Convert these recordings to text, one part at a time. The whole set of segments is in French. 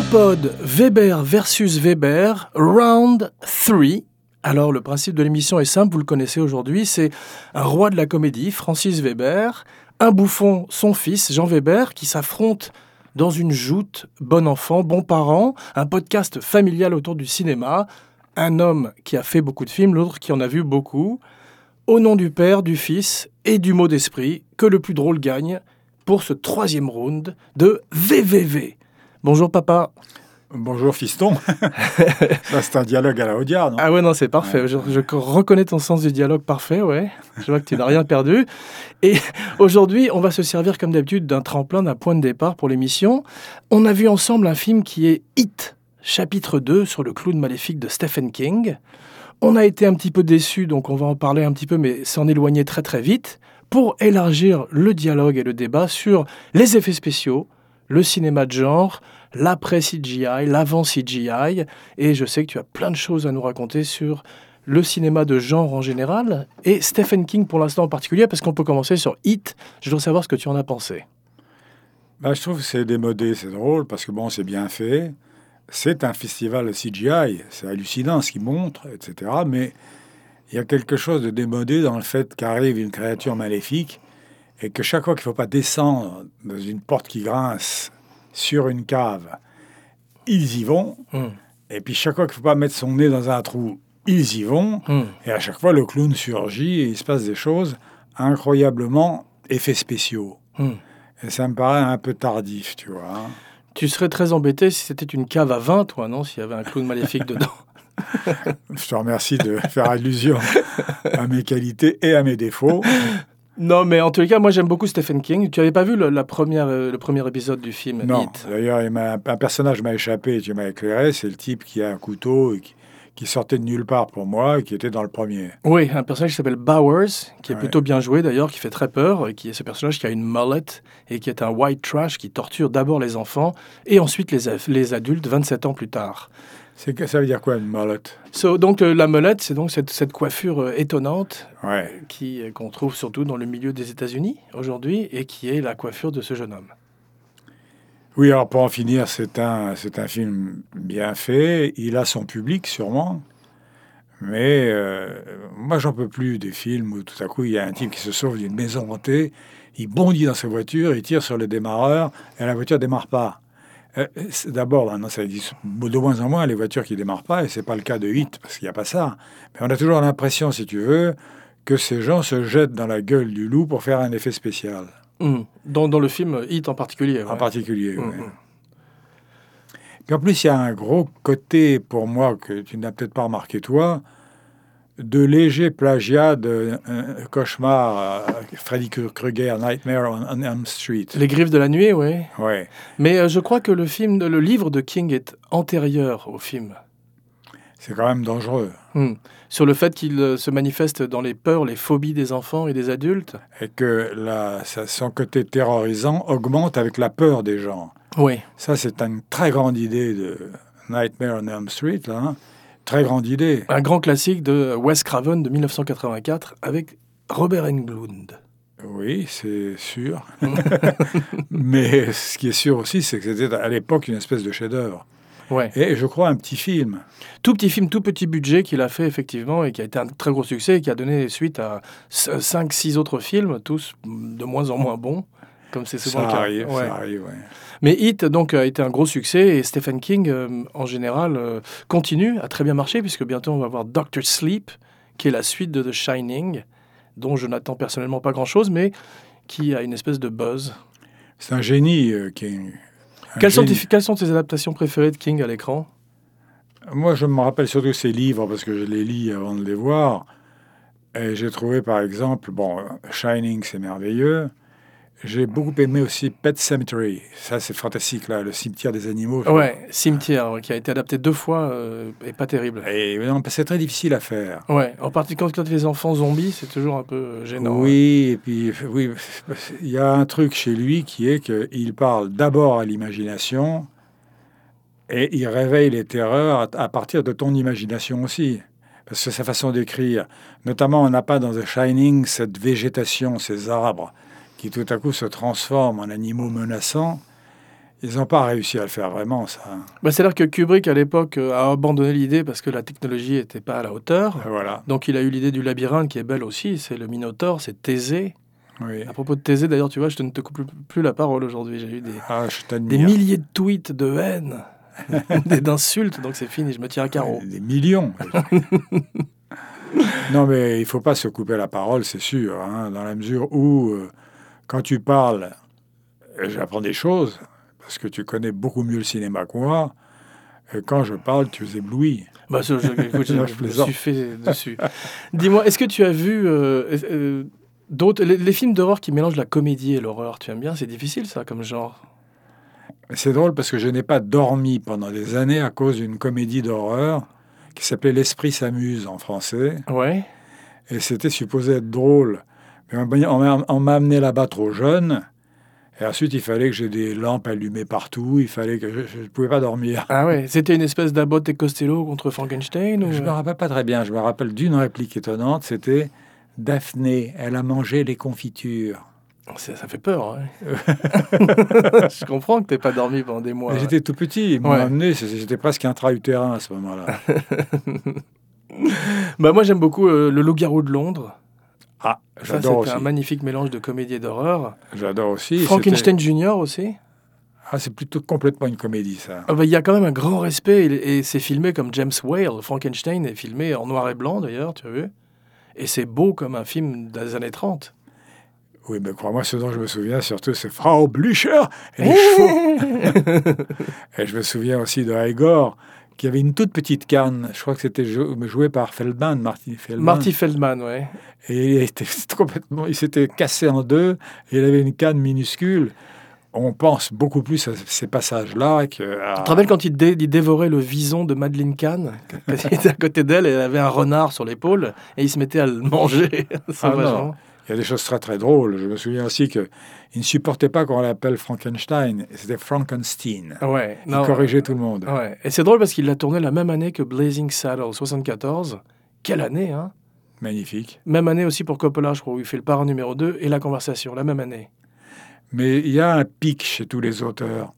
Antipode Weber versus Weber, round 3. Alors, le principe de l'émission est simple, vous le connaissez aujourd'hui, c'est un roi de la comédie, Francis Weber, un bouffon, son fils, Jean Weber, qui s'affrontent dans une joute, bon enfant, bon parent, un podcast familial autour du cinéma, un homme qui a fait beaucoup de films, l'autre qui en a vu beaucoup, au nom du père, du fils et du mot d'esprit, que le plus drôle gagne pour ce troisième round de VVV. Bonjour papa. Bonjour fiston. Ça, c'est un dialogue à la Audiard, non? Ah ouais, non, c'est parfait. Ouais. Je reconnais ton sens du dialogue parfait, ouais. Je vois que tu n'as rien perdu. Et aujourd'hui, on va se servir comme d'habitude d'un tremplin, d'un point de départ pour l'émission. On a vu ensemble un film qui est It, chapitre 2 sur le clown maléfique de Stephen King. On a été un petit peu déçus, donc on va en parler un petit peu, mais s'en éloigner très très vite, pour élargir le dialogue et le débat sur les effets spéciaux, le cinéma de genre, l'après-CGI, l'avant-CGI, et je sais que tu as plein de choses à nous raconter sur le cinéma de genre en général, et Stephen King pour l'instant en particulier, parce qu'on peut commencer sur It. Je dois savoir ce que tu en as pensé. Je trouve que c'est démodé, c'est drôle, parce que bon, c'est bien fait. C'est un festival CGI, c'est hallucinant ce qu'il montre, etc. Mais il y a quelque chose de démodé dans le fait qu'arrive une créature maléfique et que chaque fois qu'il ne faut pas descendre dans une porte qui grince sur une cave, ils y vont. Et puis chaque fois qu'il ne faut pas mettre son nez dans un trou, ils y vont. Et à chaque fois, le clown surgit et il se passe des choses incroyablement effets spéciaux. Et ça me paraît un peu tardif, tu vois. Tu serais très embêté si c'était une cave à vin, toi, non? S'il y avait un clown maléfique dedans. Je te remercie de faire allusion à mes qualités et à mes défauts. Non, mais en tous les cas, moi, j'aime beaucoup Stephen King. Tu n'avais pas vu le premier épisode du film Non, It? D'ailleurs, un personnage m'a échappé et tu m'as éclairé. C'est le type qui a un couteau et qui sortait de nulle part pour moi et qui était dans le premier. Oui, un personnage qui s'appelle Bowers, qui est plutôt bien joué d'ailleurs, qui fait très peur, et qui est ce personnage qui a une mullet et qui est un white trash qui torture d'abord les enfants et ensuite les adultes 27 ans plus tard. Ça veut dire quoi, une mullet? Donc la mulette, c'est donc cette coiffure étonnante Ouais. qu'on trouve surtout dans le milieu des États-Unis aujourd'hui et qui est la coiffure de ce jeune homme. Oui, alors pour en finir, c'est un film bien fait. Il a son public, sûrement. Mais moi, j'en peux plus des films où tout à coup, il y a un type qui se sauve d'une maison hantée, il bondit dans sa voiture, il tire sur le démarreur et la voiture ne démarre pas. D'abord, maintenant, ça existe de moins en moins, les voitures qui ne démarrent pas, et ce n'est pas le cas de Hit, parce qu'il n'y a pas ça. Mais on a toujours l'impression, si tu veux, que ces gens se jettent dans la gueule du loup pour faire un effet spécial. Dans le film Hit en particulier. Ouais. En particulier, oui. Puis en plus, il y a un gros côté, pour moi, que tu n'as peut-être pas remarqué toi, de léger plagiat de Cauchemar, Freddy Krueger, Nightmare on Elm Street. Les Griffes de la nuit, oui. Ouais. Mais je crois que le livre de King est antérieur au film. C'est quand même dangereux. Sur le fait qu'il se manifeste dans les peurs, les phobies des enfants et des adultes. Et que son côté terrorisant augmente avec la peur des gens. Oui. Ça, c'est une très grande idée de Nightmare on Elm Street, là, hein. Très grande idée. Un grand classique de Wes Craven de 1984 avec Robert Englund. Oui, c'est sûr. Mais ce qui est sûr aussi, c'est que c'était à l'époque une espèce de chef-d'œuvre. Ouais. Et je crois un petit film. Tout petit film, tout petit budget qu'il a fait effectivement et qui a été un très gros succès et qui a donné suite à 5-6 autres films, tous de moins en moins bons, comme c'est souvent le cas. Ça arrive, ouais. Mais It donc a été un gros succès et Stephen King en général continue à très bien marcher puisque bientôt on va voir Dr. Sleep qui est la suite de The Shining dont je n'attends personnellement pas grand-chose mais qui a une espèce de buzz. C'est un génie, King. Quelles sont tes adaptations préférées de King à l'écran? Moi, je me rappelle surtout ses livres parce que je les lis avant de les voir. Et j'ai trouvé, par exemple, Shining, c'est merveilleux. J'ai beaucoup aimé aussi Pet Sematary. Ça, c'est fantastique, là, le cimetière des animaux. Ouais, Cimetière, qui a été adapté 2 fois et pas terrible. Et non, c'est très difficile à faire. Ouais, en particulier quand les enfants zombies, c'est toujours un peu gênant. Oui, et puis oui, il y a un truc chez lui qui est qu'il parle d'abord à l'imagination et il réveille les terreurs à partir de ton imagination aussi. Parce que sa façon d'écrire, notamment on n'a pas dans The Shining cette végétation, ces arbres qui tout à coup se transforment en animaux menaçants. Ils n'ont pas réussi à le faire vraiment, ça. Bah, c'est-à-dire que Kubrick, à l'époque, a abandonné l'idée parce que la technologie n'était pas à la hauteur. Voilà. Donc, il a eu l'idée du labyrinthe qui est belle aussi. C'est le Minotaure, c'est Thésée. Oui. À propos de Thésée, d'ailleurs, tu vois, je ne te coupe plus la parole aujourd'hui. J'ai eu Ah, je des t'admire. milliers de tweets de haine, d'insultes, donc c'est fini, je me tiens à carreau. Des millions. Non, mais il ne faut pas se couper la parole, c'est sûr, hein, dans la mesure où, quand tu parles, j'apprends des choses, parce que tu connais beaucoup mieux le cinéma que moi. Et quand je parle, tu es ébloui. Bah, écoute, Non, je je me plaisante. suis fait dessus. Dis-moi, est-ce que tu as vu d'autres... Les films d'horreur qui mélangent la comédie et l'horreur, tu aimes bien? C'est difficile, ça, comme genre. C'est drôle parce que je n'ai pas dormi pendant des années à cause d'une comédie d'horreur qui s'appelait L'Esprit s'amuse en français. Ouais. Et c'était supposé être drôle. Mais on m'a amené là-bas trop jeune. Et ensuite, il fallait que j'ai des lampes allumées partout. Il fallait que je ne pouvais pas dormir. Ah ouais, c'était une espèce d'Abbott et Costello contre Frankenstein ou... Je ne me rappelle pas très bien. Je me rappelle d'une réplique étonnante. C'était « Daphné, elle a mangé les confitures ». Ça fait peur, hein. Je comprends que tu n'aies pas dormi pendant des mois. Mais j'étais tout petit. Ils m'ont Ouais. amené. J'étais presque intra-utérin à ce moment-là. Bah, moi, j'aime beaucoup Le Loup-garou de Londres. Ah, Ça, j'adore c'était aussi. un magnifique mélange de comédie et d'horreur. J'adore aussi. Frankenstein Junior aussi. Ah, c'est plutôt complètement une comédie, ça. Ah bah, y a quand même un grand respect et c'est filmé comme James Whale. Frankenstein est filmé en noir et blanc d'ailleurs, tu as vu. Et c'est beau comme un film des années 30. Oui, mais crois-moi, ce dont je me souviens surtout, c'est Frau Blücher et les chevaux. Et je me souviens aussi de Igor, qui avait une toute petite canne. Je crois que c'était joué par Feldman, Marty Feldman. Marty Feldman, ouais. Et il s'était cassé en deux. Et il avait une canne minuscule. On pense beaucoup plus à ces passages-là Tu te rappelles quand il dévorait le vison de Madeleine Kahn, quand il était à côté d'elle, et elle avait un renard sur l'épaule, et il se mettait à le manger sauvagement. Il y a des choses très très drôles. Je me souviens aussi qu'il ne supportait pas qu'on l'appelle Frankenstein. C'était Frankenstein. Ouais, Il corrigeait tout le monde. Ouais. Et c'est drôle parce qu'il l'a tourné la même année que Blazing Saddles, 74. Quelle année, hein? Magnifique. Même année aussi pour Coppola, je crois, où il fait Le Parrain numéro 2 et La Conversation, la même année. Mais il y a un pic chez tous les auteurs.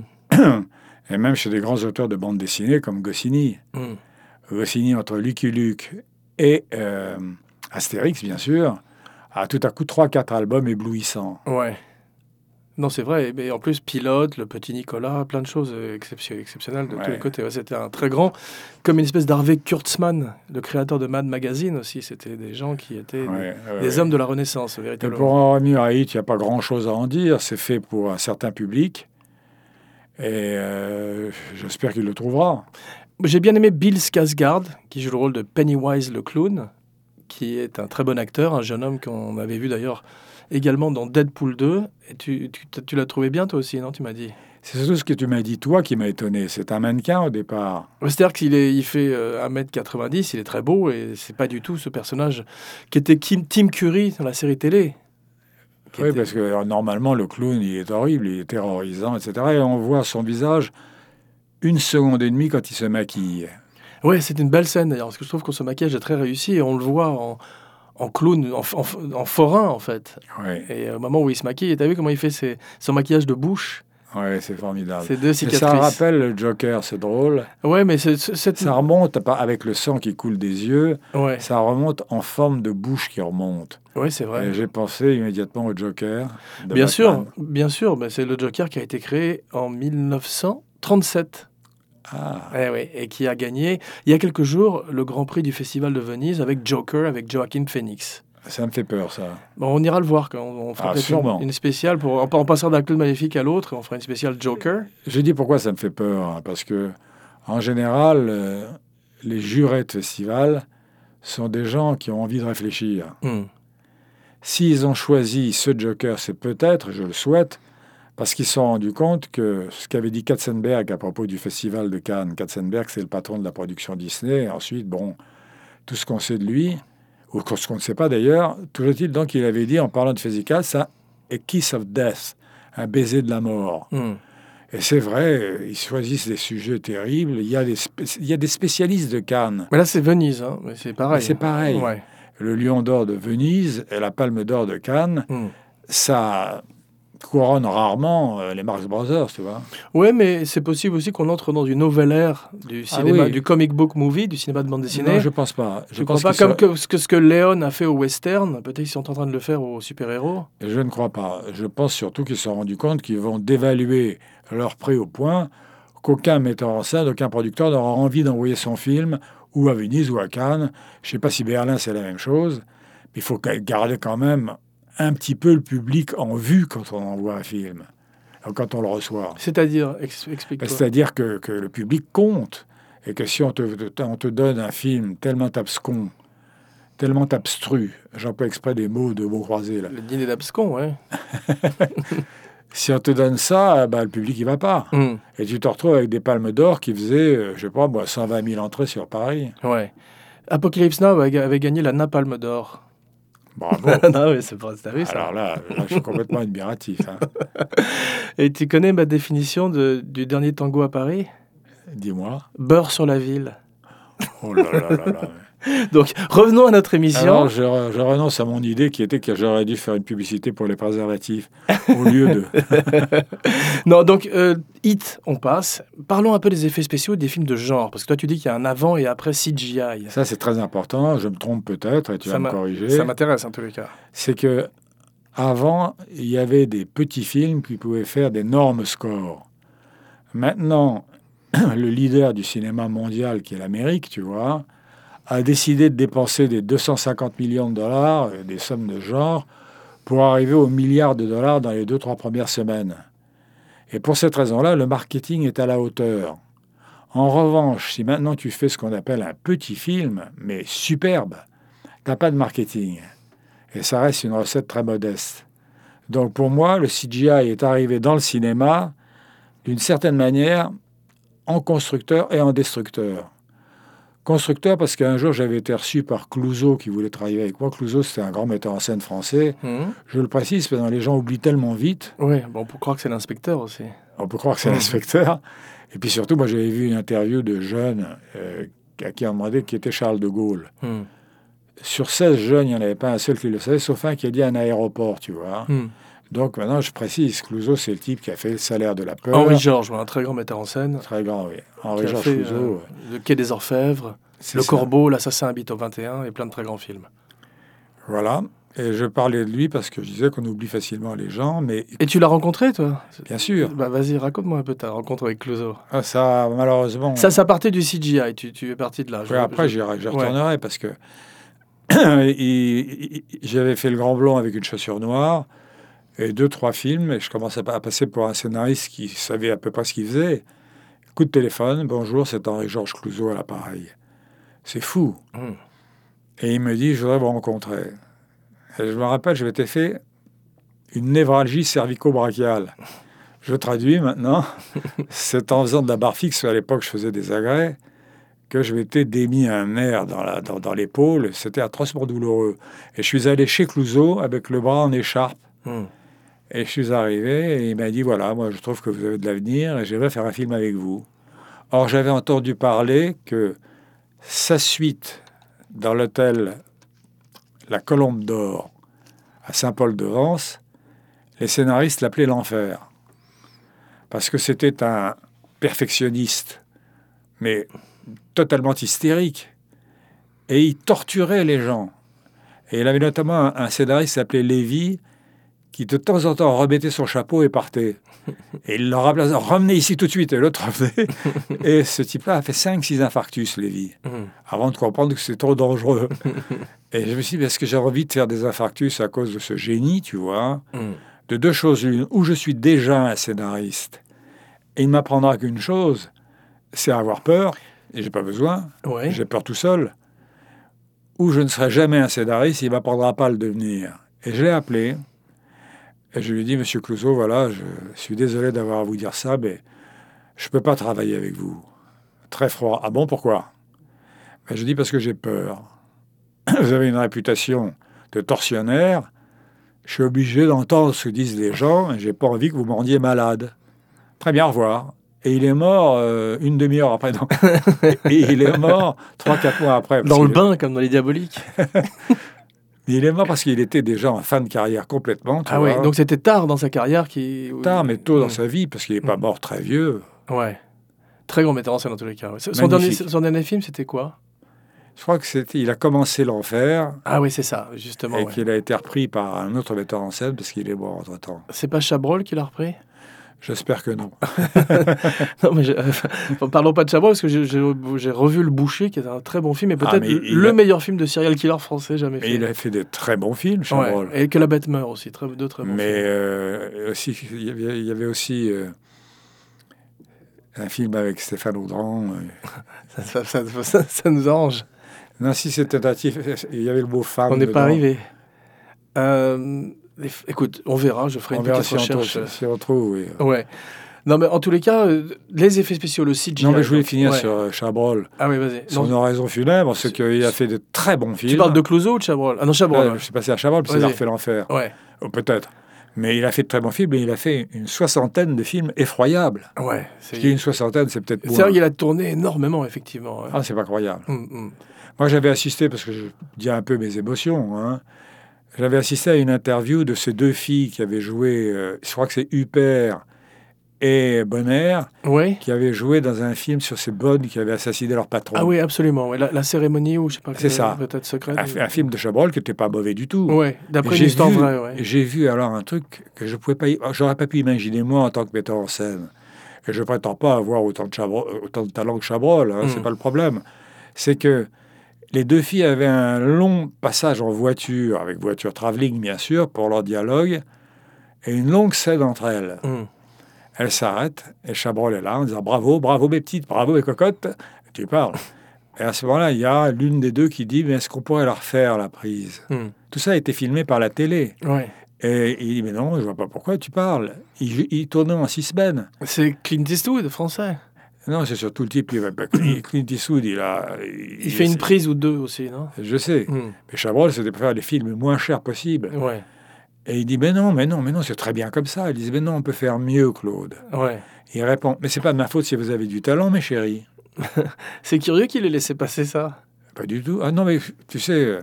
Et même chez des grands auteurs de bande dessinée comme Goscinny. Goscinny, entre Lucky Luke et Astérix, bien sûr, a tout à coup 3-4 albums éblouissants. Ouais. Non, c'est vrai. Mais en plus, Pilote, Le Petit Nicolas, plein de choses exceptionnelles de tous les côtés. Ouais, c'était un très grand, comme une espèce d'Harvey Kurtzman, le créateur de Mad Magazine aussi. C'était des gens qui étaient des hommes de la Renaissance, véritablement. Et pour en revenir à Hit, il n'y a pas grand-chose à en dire. C'est fait pour un certain public. Et j'espère qu'il le trouvera. J'ai bien aimé Bill Skarsgård, qui joue le rôle de Pennywise le clown, qui est un très bon acteur, un jeune homme qu'on avait vu d'ailleurs également dans Deadpool 2. Et tu l'as trouvé bien toi aussi, non? Tu m'as dit. C'est surtout ce que tu m'as dit, toi, qui m'a étonné. C'est un mannequin au départ. C'est-à-dire qu'il fait 1m90, il est très beau, et c'est pas du tout ce personnage qui était Tim Curry dans la série télé. Oui, parce que normalement, le clown, il est horrible, il est terrorisant, etc. Et on voit son visage 1 seconde et demie quand il se maquille. Ouais, c'est une belle scène d'ailleurs, parce que je trouve que son maquillage est très réussi, et on le voit en clown, en forain en fait. Ouais. Et au moment où il se maquille, t'as vu comment il fait son maquillage de bouche? Ouais, c'est formidable. Ces deux cicatrices. Et ça rappelle le Joker, c'est drôle. Ouais, mais ça remonte avec le sang qui coule des yeux. Ouais. Ça remonte en forme de bouche qui remonte. Oui, c'est vrai. Et j'ai pensé immédiatement au Joker. Bien sûr, mais c'est le Joker qui a été créé en 1937. Ah. Et qui a gagné, il y a quelques jours, le Grand Prix du Festival de Venise avec Joker, avec Joaquin Phoenix. Ça me fait peur, ça. Bon, on ira le voir quand on fera peut-être une spéciale, en passant d'un Claude Maléfique à l'autre, on fera une spéciale Joker. J'ai dit pourquoi ça me fait peur, hein, parce que en général, les jurés de festival sont des gens qui ont envie de réfléchir. S'ils ont choisi ce Joker, c'est peut-être, je le souhaite, parce qu'ils se sont rendus compte que ce qu'avait dit Katzenberg à propos du festival de Cannes, Katzenberg, c'est le patron de la production Disney, et ensuite, bon, tout ce qu'on sait de lui, ou ce qu'on ne sait pas d'ailleurs, toujours est-il donc qu'il avait dit, en parlant de festival, ça, a kiss of death, un baiser de la mort. Et c'est vrai, ils choisissent des sujets terribles, il y a des spécialistes de Cannes. Mais là, c'est Venise, hein. Mais c'est pareil. Mais c'est pareil. Ouais. Le Lion d'or de Venise et la Palme d'or de Cannes, ça... couronne rarement les Marx Brothers, tu vois. Ouais, mais c'est possible aussi qu'on entre dans une nouvelle ère du cinéma, oui. du comic book movie, du cinéma de bande dessinée. Non, je pense pas. Je crois pas, comme ce que Léon a fait au western, peut-être qu'ils sont en train de le faire aux super-héros. Je ne crois pas. Je pense surtout qu'ils se sont rendus compte qu'ils vont dévaluer leur prix au point qu'aucun metteur en scène, aucun producteur n'aura envie d'envoyer son film ou à Venise ou à Cannes. Je ne sais pas si Berlin, c'est la même chose. Mais il faut garder quand même un petit peu le public en vue quand on envoie un film, quand on le reçoit. C'est-à-dire, explique-toi. C'est-à-dire que le public compte. Et que si on te donne un film tellement abscon, tellement abstru, j'emploie exprès des mots de mots croisés, là. Le dîner d'abscon, ouais. Si on te donne ça, le public, il va pas. Et tu te retrouves avec des palmes d'or qui faisaient, je sais pas, 120 000 entrées sur Paris. Ouais. Apocalypse Now avait gagné la Napalm d'or. Bravo. Non, mais c'est pas... T'as vu, ça? Alors là, je suis complètement admiratif. Hein. Et tu connais ma définition du dernier tango à Paris? Dis-moi. Beurre sur la ville. Oh là là là là. Donc, revenons à notre émission. Alors, je renonce à mon idée qui était que j'aurais dû faire une publicité pour les préservatifs au lieu de... Non, donc, Hit, on passe. Parlons un peu des effets spéciaux des films de genre. Parce que toi, tu dis qu'il y a un avant et après CGI. Ça, c'est très important. Je me trompe peut-être et tu vas me corriger. Ça m'intéresse, en tous les cas. C'est que avant, il y avait des petits films qui pouvaient faire d'énormes scores. Maintenant, le leader du cinéma mondial, qui est l'Amérique, tu vois, a décidé de dépenser des 250 millions de dollars, des sommes de genre, pour arriver aux milliards de dollars dans les 2-3 premières semaines. Et pour cette raison-là, le marketing est à la hauteur. En revanche, si maintenant tu fais ce qu'on appelle un petit film, mais superbe, tu n'as pas de marketing. Et ça reste une recette très modeste. Donc pour moi, le CGI est arrivé dans le cinéma, d'une certaine manière, en constructeur et en destructeur. Constructeur, parce qu'un jour, j'avais été reçu par Clouzot, qui voulait travailler avec moi. Clouzot, c'était un grand metteur en scène français. Je le précise, parce que les gens oublient tellement vite. Oui, on peut croire que c'est l'inspecteur aussi. On peut croire que c'est l'inspecteur. Et puis surtout, moi, j'avais vu une interview de jeunes à qui on demandait qui était Charles de Gaulle. Sur 16 jeunes, il n'y en avait pas un seul qui le savait, sauf un qui a dit un aéroport, tu vois. Donc maintenant, je précise, Clouzot, c'est le type qui a fait Le Salaire de la peur. Henri Georges, un très grand metteur en scène. Très grand, oui. Henri Georges Clouzot. Le Quai des Orfèvres, Le Corbeau, L'Assassin habite au 21 et plein de très grands films. Voilà. Et je parlais de lui parce que je disais qu'on oublie facilement les gens. Mais... Et tu l'as rencontré, toi? Bien sûr. Vas-y, raconte-moi un peu ta rencontre avec Clouzot. Ça, malheureusement... Ça partait du CGI, tu es parti de là. Oui, après, j'y retournerai parce que j'avais fait Le Grand Blond avec Une chaussure noire et 2-3 films, et je commençais à passer pour un scénariste qui savait à peu près ce qu'il faisait. Coup de téléphone, bonjour, c'est Henri-Georges Clouzot à l'appareil. C'est fou. Et il me dit, je voudrais vous rencontrer. Et je me rappelle, je m'étais fait une névralgie cervico-brachiale. Je traduis maintenant. C'est en faisant de la barre fixe, à l'époque je faisais des agrès, que je m'étais démis un nerf dans l'épaule. C'était atrocement douloureux. Et je suis allé chez Clouzot avec le bras en écharpe. Et je suis arrivé et il m'a dit, voilà, moi je trouve que vous avez de l'avenir et j'aimerais faire un film avec vous. Or, j'avais entendu parler que sa suite dans l'hôtel La Colombe d'Or à Saint-Paul-de-Vence, les scénaristes l'appelaient l'enfer. Parce que c'était un perfectionniste, mais totalement hystérique. Et il torturait les gens. Et il avait notamment un scénariste qui s'appelait Lévy, qui de temps en temps remettait son chapeau et partait. Et il leur rappelait, revenez ici tout de suite. Et l'autre revenait. Et ce type-là a fait 5-6 infarctus, Lévy, avant de comprendre que c'est trop dangereux. Et je me suis dit, est-ce que j'ai envie de faire des infarctus à cause de ce génie, tu vois, de deux choses l'une, où je suis déjà un scénariste. Et il ne m'apprendra qu'une chose, c'est à avoir peur, et j'ai pas besoin, j'ai peur tout seul, ou je ne serai jamais un scénariste, il ne m'apprendra pas à le devenir. Et je l'ai appelé, et je lui ai dit, Monsieur Clouzot, voilà, je suis désolé d'avoir à vous dire ça, mais je ne peux pas travailler avec vous. Très froid. Ah bon, pourquoi? Je dis parce que j'ai peur. Vous avez une réputation de tortionnaire, je suis obligé d'entendre ce que disent les gens, et je n'ai pas envie que vous me rendiez malade. Très bien, au revoir. Et il est mort une demi-heure après. Non. Et il est mort 3-4 mois après. Dans le bain, comme dans Les Diaboliques. Mais il est mort parce qu'il était déjà en fin de carrière complètement. Tu Ah vois. oui, donc c'était tard dans sa carrière qui... Tard, mais tôt dans sa vie, parce qu'il n'est pas mort très vieux. Ouais. Très grand metteur en scène dans tous les cas. Ouais. Magnifique. Son dernier film, c'était quoi? Je crois que il a commencé L'Enfer. Ah oui, c'est ça, justement. Et Ouais. qu'il a été repris par un autre metteur en scène parce qu'il est mort entre-temps. C'est pas Chabrol qui l'a repris? J'espère que non. Non, mais parlons pas de Chabrol, parce que j'ai revu Le Boucher, qui est un très bon film, et peut-être le meilleur film de serial killer français jamais fait. Et il a fait de très bons films, Chabrol. Ouais, et Que la bête meurt aussi, deux très bons films. Mais aussi, il y avait aussi un film avec Stéphane Audran. Ça nous arrange. Non, si c'est tentatif, il y avait le mot femme. On n'est dedans. pas arrivé. Écoute, on verra, je ferai une petite recherche. Si on trouve, oui. Ouais. Non, mais en tous les cas, les effets spéciaux, le CGI... Non, mais je voulais finir sur Chabrol. Ah oui, vas-y. Son oraison funèbre, c'est qu'il a fait de très bons films. Tu parles de Clouseau ou de Chabrol? Ah non, Chabrol. Je suis passé à Chabrol, parce qu'il a refait L'Enfer. Ouais. Peut-être. Mais il a fait de très bons films, et il a fait une 60aine de films effroyables. Ouais. Ce qui est une 60aine, c'est peut-être moins. C'est vrai qu'il a tourné énormément, effectivement. Ouais. Ah, c'est pas croyable. Moi, j'avais assisté, parce que je dis un peu mes émotions, hein, j'avais assisté à une interview de ces deux filles qui avaient joué, je crois que c'est Huppert et Bonner, qui avaient joué dans un film sur ces bonnes qui avaient assassiné leur patron. Ah oui, absolument. Ouais. La cérémonie, ou je sais pas. C'est ça. Peut-être secrète. Un film de Chabrol qui n'était pas mauvais du tout. Oui, d'après une histoire vraie. Ouais. J'ai vu alors un truc que j'aurais pas pu imaginer moi en tant que metteur en scène. Et je ne prétends pas avoir autant de talent que Chabrol, hein, c'est pas le problème. C'est que les deux filles avaient un long passage en voiture, avec voiture travelling bien sûr, pour leur dialogue, et une longue scène entre elles. Elles s'arrêtent, et Chabrol est là en disant « Bravo, bravo mes petites, bravo mes cocottes !» Tu parles. Et à ce moment-là, il y a l'une des deux qui dit « Mais est-ce qu'on pourrait la refaire, la prise ?» Tout ça a été filmé par la télé. Ouais. Et il dit « Mais non, je vois pas pourquoi tu parles. » Il tournait en 6 semaines. C'est Clint Eastwood, français. Non, c'est surtout le type. Clint Eastwood, il fait une prise ou deux aussi, non? Je sais. Mais Chabrol, c'était pour faire les films les moins chers possibles. Ouais. Et il dit, mais non, c'est très bien comme ça. Il dit, mais non, on peut faire mieux, Claude. Ouais. Et il répond, mais c'est pas de ma faute si vous avez du talent, mes chéris. C'est curieux qu'il ait laissé passer ça. Pas du tout. Ah non, mais tu sais,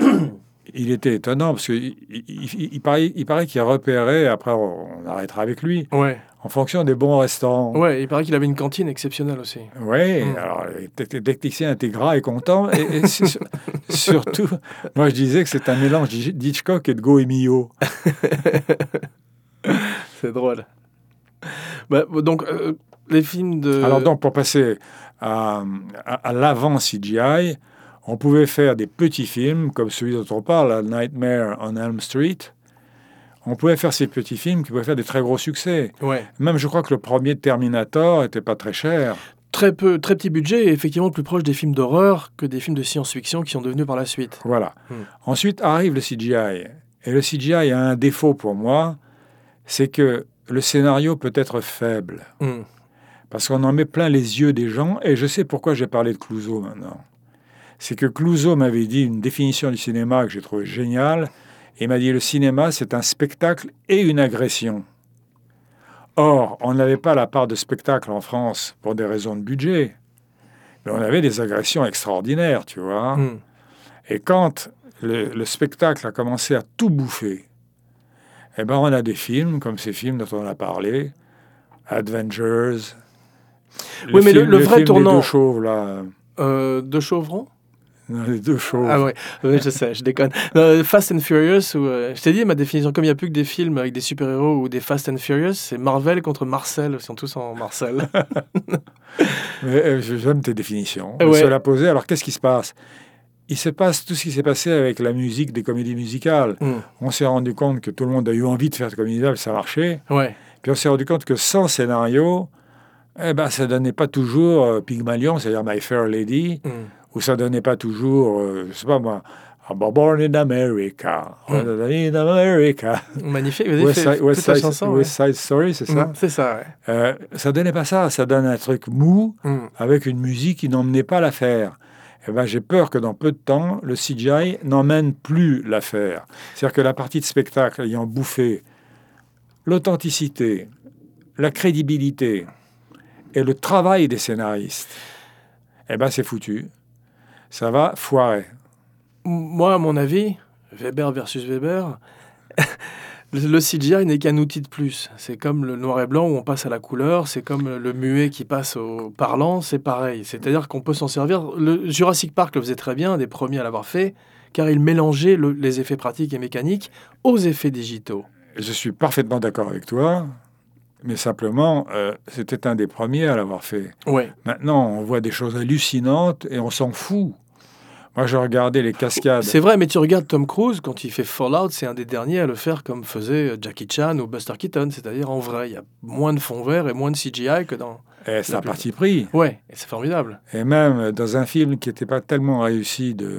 il était étonnant, parce qu'il paraît qu'il repérait, après on arrêtera avec lui, en fonction des bons restaurants. Ouais, il paraît qu'il avait une cantine exceptionnelle aussi. Oui, alors le technicien était gras et content. Et surtout, moi je disais que c'est un mélange d'Hitchcock et de Goemio. C'est drôle. Bah, donc, les films de... Alors donc, pour passer à l'avant CGI, on pouvait faire des petits films, comme celui dont on parle, Nightmare on Elm Street. On pouvait faire ces petits films qui pouvaient faire des très gros succès. Ouais. Même, je crois que le premier Terminator n'était pas très cher. Très petit budget et effectivement plus proche des films d'horreur que des films de science-fiction qui sont devenus par la suite. Voilà. Ensuite arrive le CGI. Et le CGI a un défaut pour moi, c'est que le scénario peut être faible. Parce qu'on en met plein les yeux des gens. Et je sais pourquoi j'ai parlé de Clouseau maintenant. C'est que Clouseau m'avait dit une définition du cinéma que j'ai trouvée géniale. Il m'a dit, le cinéma, c'est un spectacle et une agression. Or, on n'avait pas la part de spectacle en France pour des raisons de budget. Mais on avait des agressions extraordinaires, tu vois. Et quand le spectacle a commencé à tout bouffer, eh ben, on a des films, comme ces films dont on a parlé, Avengers, oui, mais le vrai tournant... des deux chauves, là. Deux chauvrons? Non, les deux chauves. Ah ouais, je sais, je déconne. Fast and Furious, je t'ai dit ma définition, comme il n'y a plus que des films avec des super-héros ou des Fast and Furious, c'est Marvel contre Marcel, ils sont tous en Marcel. Mais j'aime tes définitions. Je vais la poser. Alors, qu'est-ce qui se passe? Il se passe tout ce qui s'est passé avec la musique des comédies musicales. On s'est rendu compte que tout le monde a eu envie de faire de comédies musicales, ça marchait. Ouais. Puis on s'est rendu compte que sans scénario, ça donnait pas toujours Pygmalion, c'est-à-dire My Fair Lady, ou ça donnait pas toujours, je sais pas moi, Born in America. In America. Magnifique, vas-y, fais toute la chanson. West Side Story, c'est ça? C'est ça, ouais. Ça donnait pas ça, ça donne un truc mou, avec une musique qui n'emmenait pas l'affaire. J'ai peur que dans peu de temps, le CGI n'emmène plus l'affaire. C'est-à-dire que la partie de spectacle ayant bouffé l'authenticité, la crédibilité et le travail des scénaristes, c'est foutu. Ça va foirer. Moi, à mon avis, Weber versus Weber, le CGI n'est qu'un outil de plus. C'est comme le noir et blanc où on passe à la couleur, c'est comme le muet qui passe au parlant, c'est pareil. C'est-à-dire qu'on peut s'en servir. Le Jurassic Park le faisait très bien, un des premiers à l'avoir fait, car il mélangeait les effets pratiques et mécaniques aux effets digitaux. Je suis parfaitement d'accord avec toi, mais simplement, c'était un des premiers à l'avoir fait. Ouais. Maintenant, on voit des choses hallucinantes et on s'en fout. Moi, je regardais les cascades. C'est vrai, mais tu regardes Tom Cruise, quand il fait Fallout, c'est un des derniers à le faire comme faisait Jackie Chan ou Buster Keaton, c'est-à-dire en vrai. Il y a moins de fond vert et moins de CGI que dans... Et c'est un parti pris. Ouais, et c'est formidable. Et même dans un film qui n'était pas tellement réussi de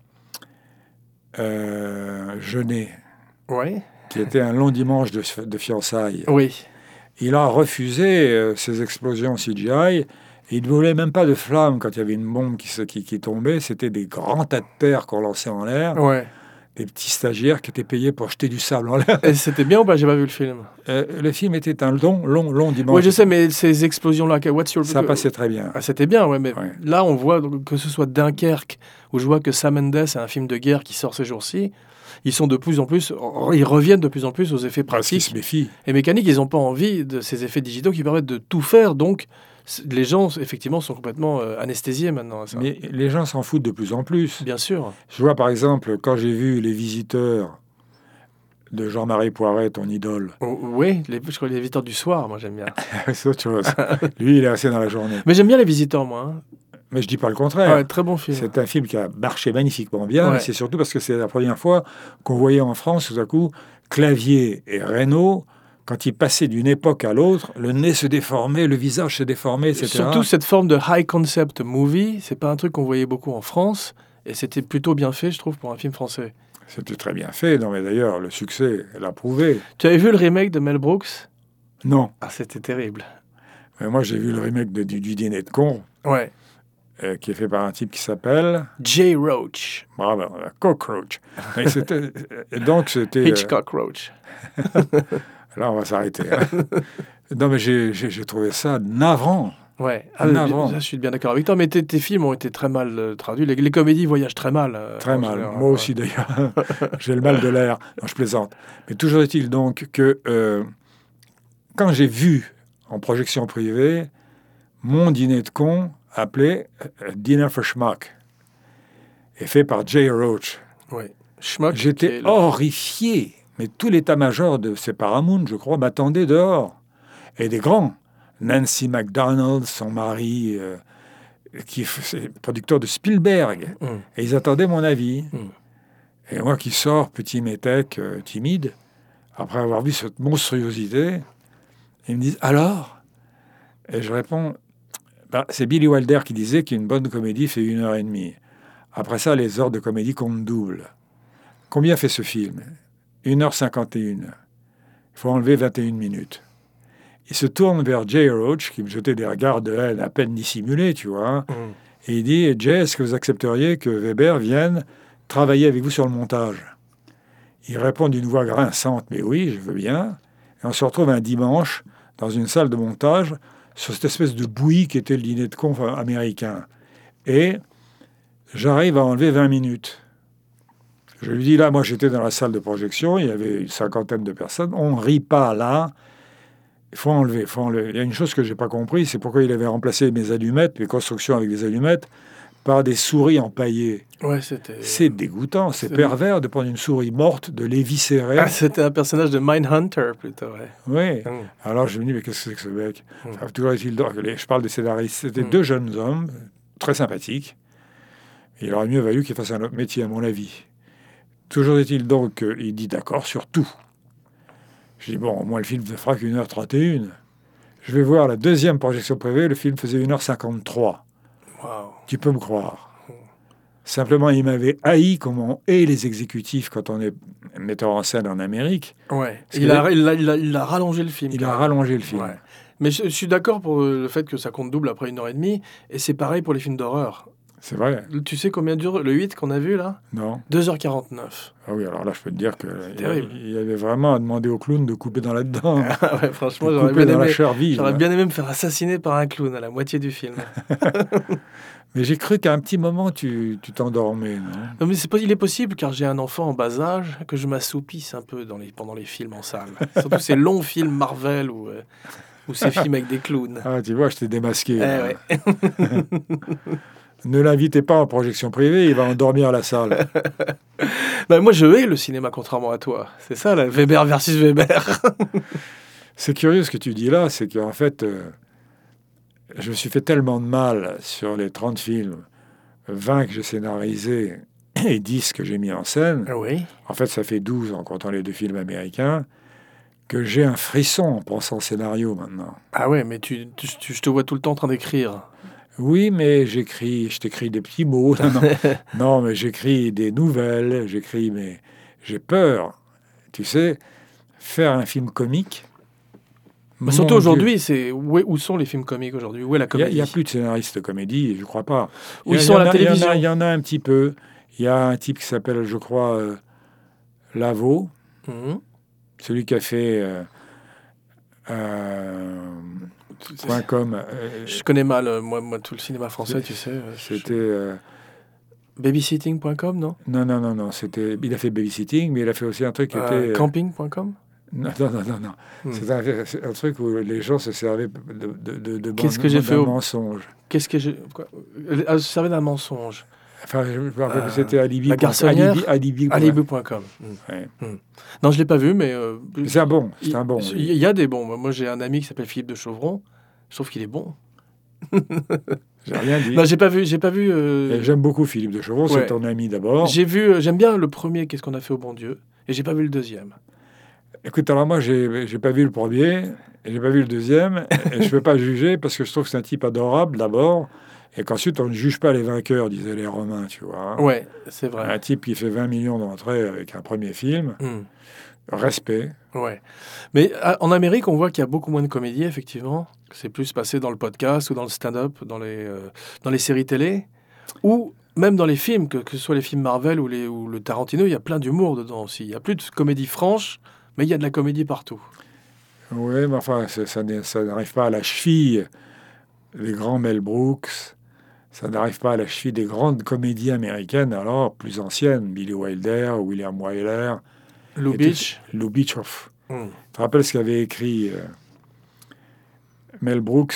Jeunet, Ouais. qui était un long dimanche de fiançailles, Oui. il a refusé ces explosions CGI. Il ne voulait même pas de flammes quand il y avait une bombe qui tombait. C'était des grands tas de terre qu'on lançait en l'air. Ouais. Des petits stagiaires qui étaient payés pour jeter du sable en l'air. Et c'était bien ou pas? J'ai pas vu le film. Le film était un long dimanche. Oui, je sais, mais ces explosions-là, Ça passait très bien. Ah, c'était bien, ouais, mais Ouais. là, on voit que ce soit Dunkerque, où je vois que Sam Mendes a un film de guerre qui sort ces jours-ci, ils sont de plus en plus, ils reviennent de plus en plus aux effets Parce qu'ils pratiques se méfient. et mécaniques. Ils n'ont pas envie de ces effets digitaux qui permettent de tout faire. Donc, les gens, effectivement, sont complètement anesthésiés maintenant à ça. Mais les gens s'en foutent de plus en plus. Bien sûr. Je vois par exemple, quand j'ai vu Les Visiteurs de Jean-Marie Poiret, ton idole. Oui, je crois les visiteurs du soir, moi j'aime bien. C'est autre chose. Lui, il est assez dans la journée. Mais j'aime bien les visiteurs, moi. Hein. Mais je dis pas le contraire. Ouais, très bon film. C'est un film qui a marché magnifiquement bien, Ouais. mais c'est surtout parce que c'est la première fois qu'on voyait en France, tout à coup, Clavier et Reynaud, quand ils passaient d'une époque à l'autre, le nez se déformait, le visage se déformait, etc. Surtout cette forme de high concept movie, c'est pas un truc qu'on voyait beaucoup en France, et c'était plutôt bien fait, je trouve, pour un film français. C'était très bien fait. Non, mais d'ailleurs, le succès l'a prouvé. Tu avais vu le remake de Mel Brooks? Non. Ah, c'était terrible. Mais moi, j'ai vu le remake du Dîner de con, Ouais. qui est fait par un type qui s'appelle... Jay Roach. Bravo, Cockroach. Et donc, c'était... Hitchcock Roach. Là, on va s'arrêter. Hein. Non, mais j'ai trouvé ça navrant. Ouais. Navrant. Je suis bien d'accord avec toi, mais tes films ont été très mal traduits. Les comédies voyagent très mal. Très mal. Général. Moi aussi, d'ailleurs. J'ai le mal de l'air. Non, je plaisante. Mais toujours est-il donc que quand j'ai vu en projection privée mon dîner de con appelé Dinner for Schmuck et fait par Jay Roach, Ouais. Schmuck, j'étais horrifié. Mais tout l'état-major de ces Paramount, je crois, m'attendait dehors. Et des grands. Nancy MacDonald, son mari, qui est producteur de Spielberg. Et ils attendaient mon avis. Et moi qui sors, petit métèque, timide, après avoir vu cette monstruosité, ils me disent « Alors ?» Et je réponds « C'est Billy Wilder qui disait qu'une bonne comédie fait 1h30. Après ça, les heures de comédie comptent double. Combien fait ce film ? 1h51. Il faut enlever 21 minutes. » Il se tourne vers Jay Roach, qui me jetait des regards de haine à peine dissimulés, tu vois. Hein, et il dit « Jay, est-ce que vous accepteriez que Weber vienne travailler avec vous sur le montage ?» Il répond d'une voix grinçante « Mais oui, je veux bien. » Et on se retrouve un dimanche dans une salle de montage sur cette espèce de bouillie qui était le dîner de con américain. Et j'arrive à enlever 20 minutes. Je lui dis, là, moi, j'étais dans la salle de projection, il y avait une 50aine de personnes, on ne rit pas là, il faut enlever. Il y a une chose que je n'ai pas compris, c'est pourquoi il avait remplacé mes allumettes, mes constructions avec des allumettes, par des souris empaillées. Ouais, c'est dégoûtant, c'est pervers de prendre une souris morte, de l'éviscérer. Ah, c'était un personnage de Mindhunter, plutôt, ouais. Oui. Alors, je me dis, mais qu'est-ce que c'est que ce mec enfin, toujours est-il je parle des scénaristes. C'était deux jeunes hommes, très sympathiques. Il aurait mieux valu qu'ils fassent un autre métier, à mon avis. Toujours est-il donc qu'il dit d'accord sur tout. Je dis, bon, au moins le film ne fera qu'1h31. Je vais voir la deuxième projection privée, le film faisait 1h53. Wow. Tu peux me croire. Simplement, il m'avait haï comme on hait les exécutifs quand on est metteur en scène en Amérique. Ouais. Il a rallongé le film. Il a rallongé le film. Ouais. Mais je suis d'accord pour le fait que ça compte double après 1h30. Et c'est pareil pour les films d'horreur. C'est vrai? Tu sais combien dure le 8 qu'on a vu, là? Non? 2h49. Ah oui, alors là, je peux te dire qu'il terrible. y avait vraiment à demander au clown de couper dans là-dedans. Ah ouais, franchement, De j'aurais couper bien dans la aimé... chair vive. J'aurais bien aimé me faire assassiner par un clown à la moitié du film. Mais j'ai cru qu'à un petit moment, tu t'endormais, non? Non, mais il est possible, car j'ai un enfant en bas âge, que je m'assoupisse un peu pendant les films en salle. Surtout ces longs films Marvel ou ces films avec des clowns. Ah, tu vois, je t'ai démasqué. Là. Ouais. Ne l'invitez pas en projection privée, il va endormir la salle. Ben, moi, je hais le cinéma, contrairement à toi. C'est ça, là, Weber versus Weber. C'est curieux ce que tu dis là, c'est qu'en fait, je me suis fait tellement de mal sur les 30 films, 20 que j'ai scénarisés et 10 que j'ai mis en scène. Oui. En fait, ça fait 12 en comptant les 2 films américains, que j'ai un frisson en pensant scénario maintenant. Ah ouais, mais je te vois tout le temps en train d'écrire. Oui, mais je t'écris des petits mots. Non, mais j'écris des nouvelles, mais j'ai peur. Tu sais, faire un film comique. Bah, surtout aujourd'hui, où sont les films comiques aujourd'hui? Où est la comédie? Il n'y a plus de scénaristes de comédie, je ne crois pas. Où ils sont à la télévision? Il y en a un petit peu. Il y a un type qui s'appelle, je crois, Lavaux, celui qui a fait .com. Je connais mal, moi, tout le cinéma français, tu sais. C'était... Babysitting.com, non? Non. Il a fait Babysitting, mais il a fait aussi un truc qui était... Camping.com? Non. C'est un truc où les gens se servaient de Qu'est-ce que j'ai fait mensonge. Qu'est-ce que j'ai... Se servait d'un mensonge. Enfin, je me rappelle que c'était Alibi. La garçonnière. Alibi.com. Ouais. Non, je l'ai pas vu, mais... c'est un bon. Il y a des bons. Moi, j'ai un ami qui s'appelle Philippe de Chauvron. Je trouve qu'il est bon. J'ai rien dit. Non, j'ai pas vu. J'aime beaucoup Philippe de Chauvron, c'est ton ami d'abord. J'aime bien le premier, Qu'est-ce qu'on a fait au bon Dieu, et j'ai pas vu le deuxième. Écoute, alors moi, j'ai pas vu le premier, et j'ai pas vu le deuxième, et je peux pas juger parce que je trouve que c'est un type adorable d'abord, et qu'ensuite on ne juge pas les vainqueurs, disaient les Romains, tu vois. Hein. Ouais, c'est vrai. Un type qui fait 20 millions d'entrées avec un premier film, respect. Ouais. Mais en Amérique, on voit qu'il y a beaucoup moins de comédie, effectivement. C'est plus passé dans le podcast ou dans le stand-up, dans les séries télé, ou même dans les films, que ce soit les films Marvel ou le Tarantino, il y a plein d'humour dedans aussi. Il n'y a plus de comédie franche, mais il y a de la comédie partout. Oui, mais enfin, ça n'arrive pas à la cheville des grands Mel Brooks, ça n'arrive pas à la cheville des grandes comédies américaines, alors plus anciennes, Billy Wilder, William Wyler, Lou Beach. Tu te rappelles ce qu'avait écrit Mel Brooks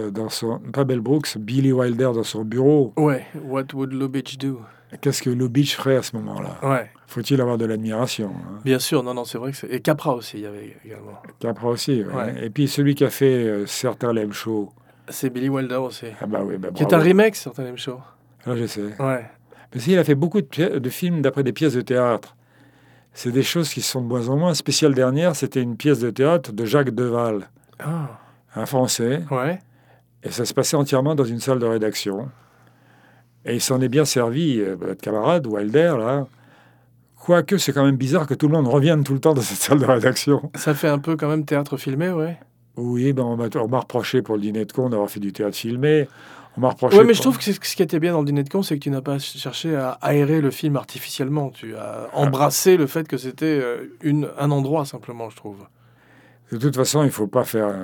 Billy Wilder dans son bureau. Ouais, What would Lou Beach do? Qu'est-ce que Lou Beach ferait à ce moment-là? Ouais. Faut-il avoir de l'admiration? Hein? Bien sûr, non, c'est vrai que et Capra aussi, il y avait également. Capra aussi, ouais. Ouais. Et puis celui qui a fait Certain Lame Show. C'est Billy Wilder aussi. Ah bah oui, qui est un remake, Certain Lame Show. Ah, je sais. Ouais. Mais il a fait beaucoup de films d'après des pièces de théâtre. C'est des choses qui sont de moins en moins. Spéciale dernière, c'était une pièce de théâtre de Jacques Deval, un Français. Ouais. Et ça se passait entièrement dans une salle de rédaction. Et il s'en est bien servi, notre camarade Wilder, là. Quoique, c'est quand même bizarre que tout le monde revienne tout le temps dans cette salle de rédaction. Ça fait un peu quand même théâtre filmé, ouais. Oui, on m'a reproché pour le dîner de con d'avoir fait du théâtre filmé. On m'a reproché. Oui, mais je trouve que ce qui était bien dans le dîner de con, c'est que tu n'as pas cherché à aérer le film artificiellement. Tu as embrassé le fait que c'était un endroit, simplement, je trouve. De toute façon, il ne faut pas faire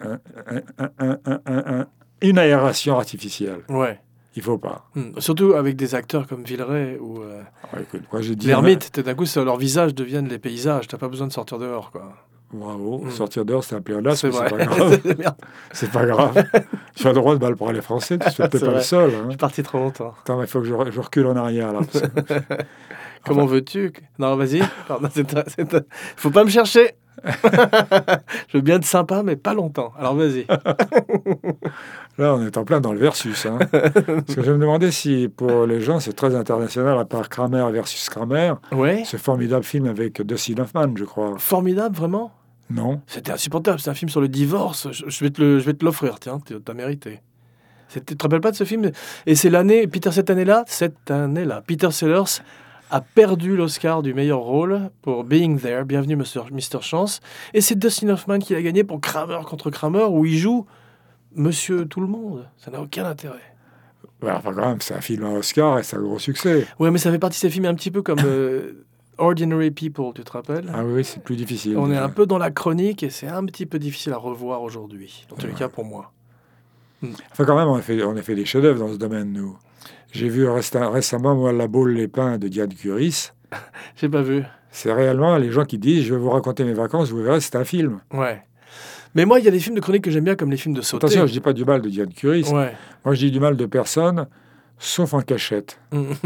une aération artificielle. Ouais. Il ne faut pas. Surtout avec des acteurs comme Villeray ou écoute, moi, j'ai dit l'ermite. D'un coup, leur visage deviennent les paysages. Tu n'as pas besoin de sortir dehors, quoi. Bravo. Sortir dehors, c'est un pléonasme, c'est pas grave. C'est pas grave. Tu as le droit de mal parler français, tu n'es pas le seul. Hein. Je suis parti trop longtemps. Attends, il faut que je recule en arrière, là. Comment veux-tu? Non, vas-y. Faut pas me chercher. Je veux bien être sympa, mais pas longtemps. Alors, vas-y. Là, on est en plein dans le versus. Hein. Parce que je me demandais si, pour les gens, c'est très international, à part Kramer versus Kramer. Ouais. Ce formidable film avec Dustin Hoffman, je crois. Formidable, vraiment? Non. C'était insupportable. C'est un film sur le divorce. Je vais te l'offrir, tiens. T'as mérité. Tu te rappelles pas de ce film? Et c'est l'année... Cette année-là, Peter Sellers a perdu l'Oscar du meilleur rôle pour Being There, Bienvenue Mr. Chance. Et c'est Dustin Hoffman qui l'a gagné pour Kramer contre Kramer, où il joue Monsieur Tout-le-Monde. Ça n'a aucun intérêt. Ouais, enfin, quand même, c'est un film à Oscar et c'est un gros succès. Ouais, mais ça fait partie de ces films un petit peu comme Ordinary People, tu te rappelles? Ah oui, c'est plus difficile. On est déjà. un peu dans la chronique et c'est un petit peu difficile à revoir aujourd'hui, dans tous les Ouais. cas pour moi. Enfin, quand même, on a fait des chefs-d'œuvre dans ce domaine, nous. J'ai vu récemment, moi, La Baule les Pins de Diane Curis. J'ai pas vu. C'est réellement les gens qui disent je vais vous raconter mes vacances, vous verrez, c'est un film. Ouais. Mais moi, il y a des films de chronique que j'aime bien, comme les films de sauter. Attention, je dis pas du mal de Diane Curis. Ouais. Moi, je dis du mal de personne, sauf en cachette.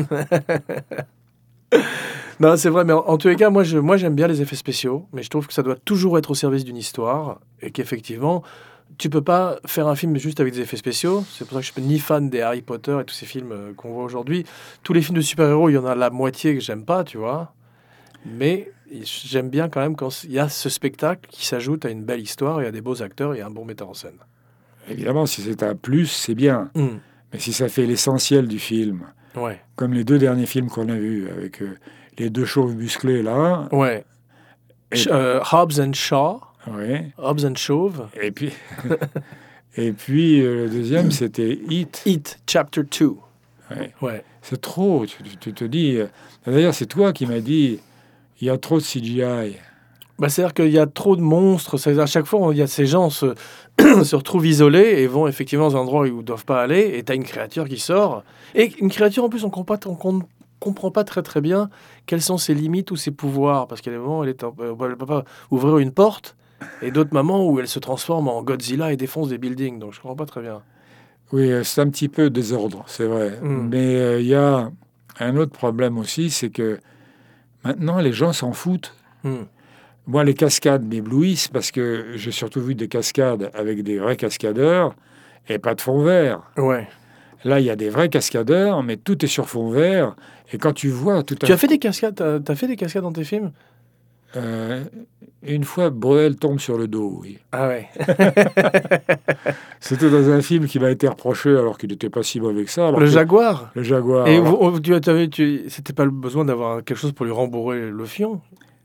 Non, c'est vrai, mais en tous les cas, moi j'aime bien les effets spéciaux, mais je trouve que ça doit toujours être au service d'une histoire, et qu'effectivement, tu peux pas faire un film juste avec des effets spéciaux. C'est pour ça que je suis ni fan des Harry Potter et tous ces films qu'on voit aujourd'hui. Tous les films de super-héros, il y en a la moitié que j'aime pas, tu vois. Mais j'aime bien quand même quand il y a ce spectacle qui s'ajoute à une belle histoire et à des beaux acteurs et à un bon metteur en scène. Évidemment, si c'est un plus, c'est bien. Mm. Mais si ça fait l'essentiel du film, Ouais, comme les 2 derniers films qu'on a vus, avec les 2 chauves musclés là, ouais. Et- Hobbs and Shaw, ouais, Hobbs and Chauve, et puis, et puis le deuxième, c'était Hit. It, Chapter 2. Ouais. Ouais. C'est trop, tu te dis... D'ailleurs, c'est toi qui m'as dit, il y a trop de CGI. Bah, c'est-à-dire qu'il y a trop de monstres. À chaque fois, il y a ces gens se retrouvent isolés et vont effectivement dans un endroit où ils ne doivent pas aller. Et tu as une créature qui sort. Et une créature, en plus, on ne comprend pas très très bien quelles sont ses limites ou ses pouvoirs. Parce qu'à des moments, elle ne peut pas ouvrir une porte. Et d'autres moments où elle se transforme en Godzilla et défonce des buildings. Donc je ne comprends pas très bien. Oui, c'est un petit peu désordre, c'est vrai. Mm. Mais il y a un autre problème aussi, c'est que maintenant, les gens s'en foutent. Mm. Moi, les cascades m'éblouissent parce que j'ai surtout vu des cascades avec des vrais cascadeurs et pas de fond vert. Ouais. Là, il y a des vrais cascadeurs, mais tout est sur fond vert. Et quand tu vois tout à Tu as fait des cascades. T'as fait des cascades dans tes films? Une fois, Bruel tombe sur le dos, oui. Ah ouais. C'était dans un film qui m'a été reproché alors qu'il n'était pas si mauvais que ça. Le Jaguar. Le Jaguar. Et alors- c'était pas le besoin d'avoir quelque chose pour lui rembourrer le fion?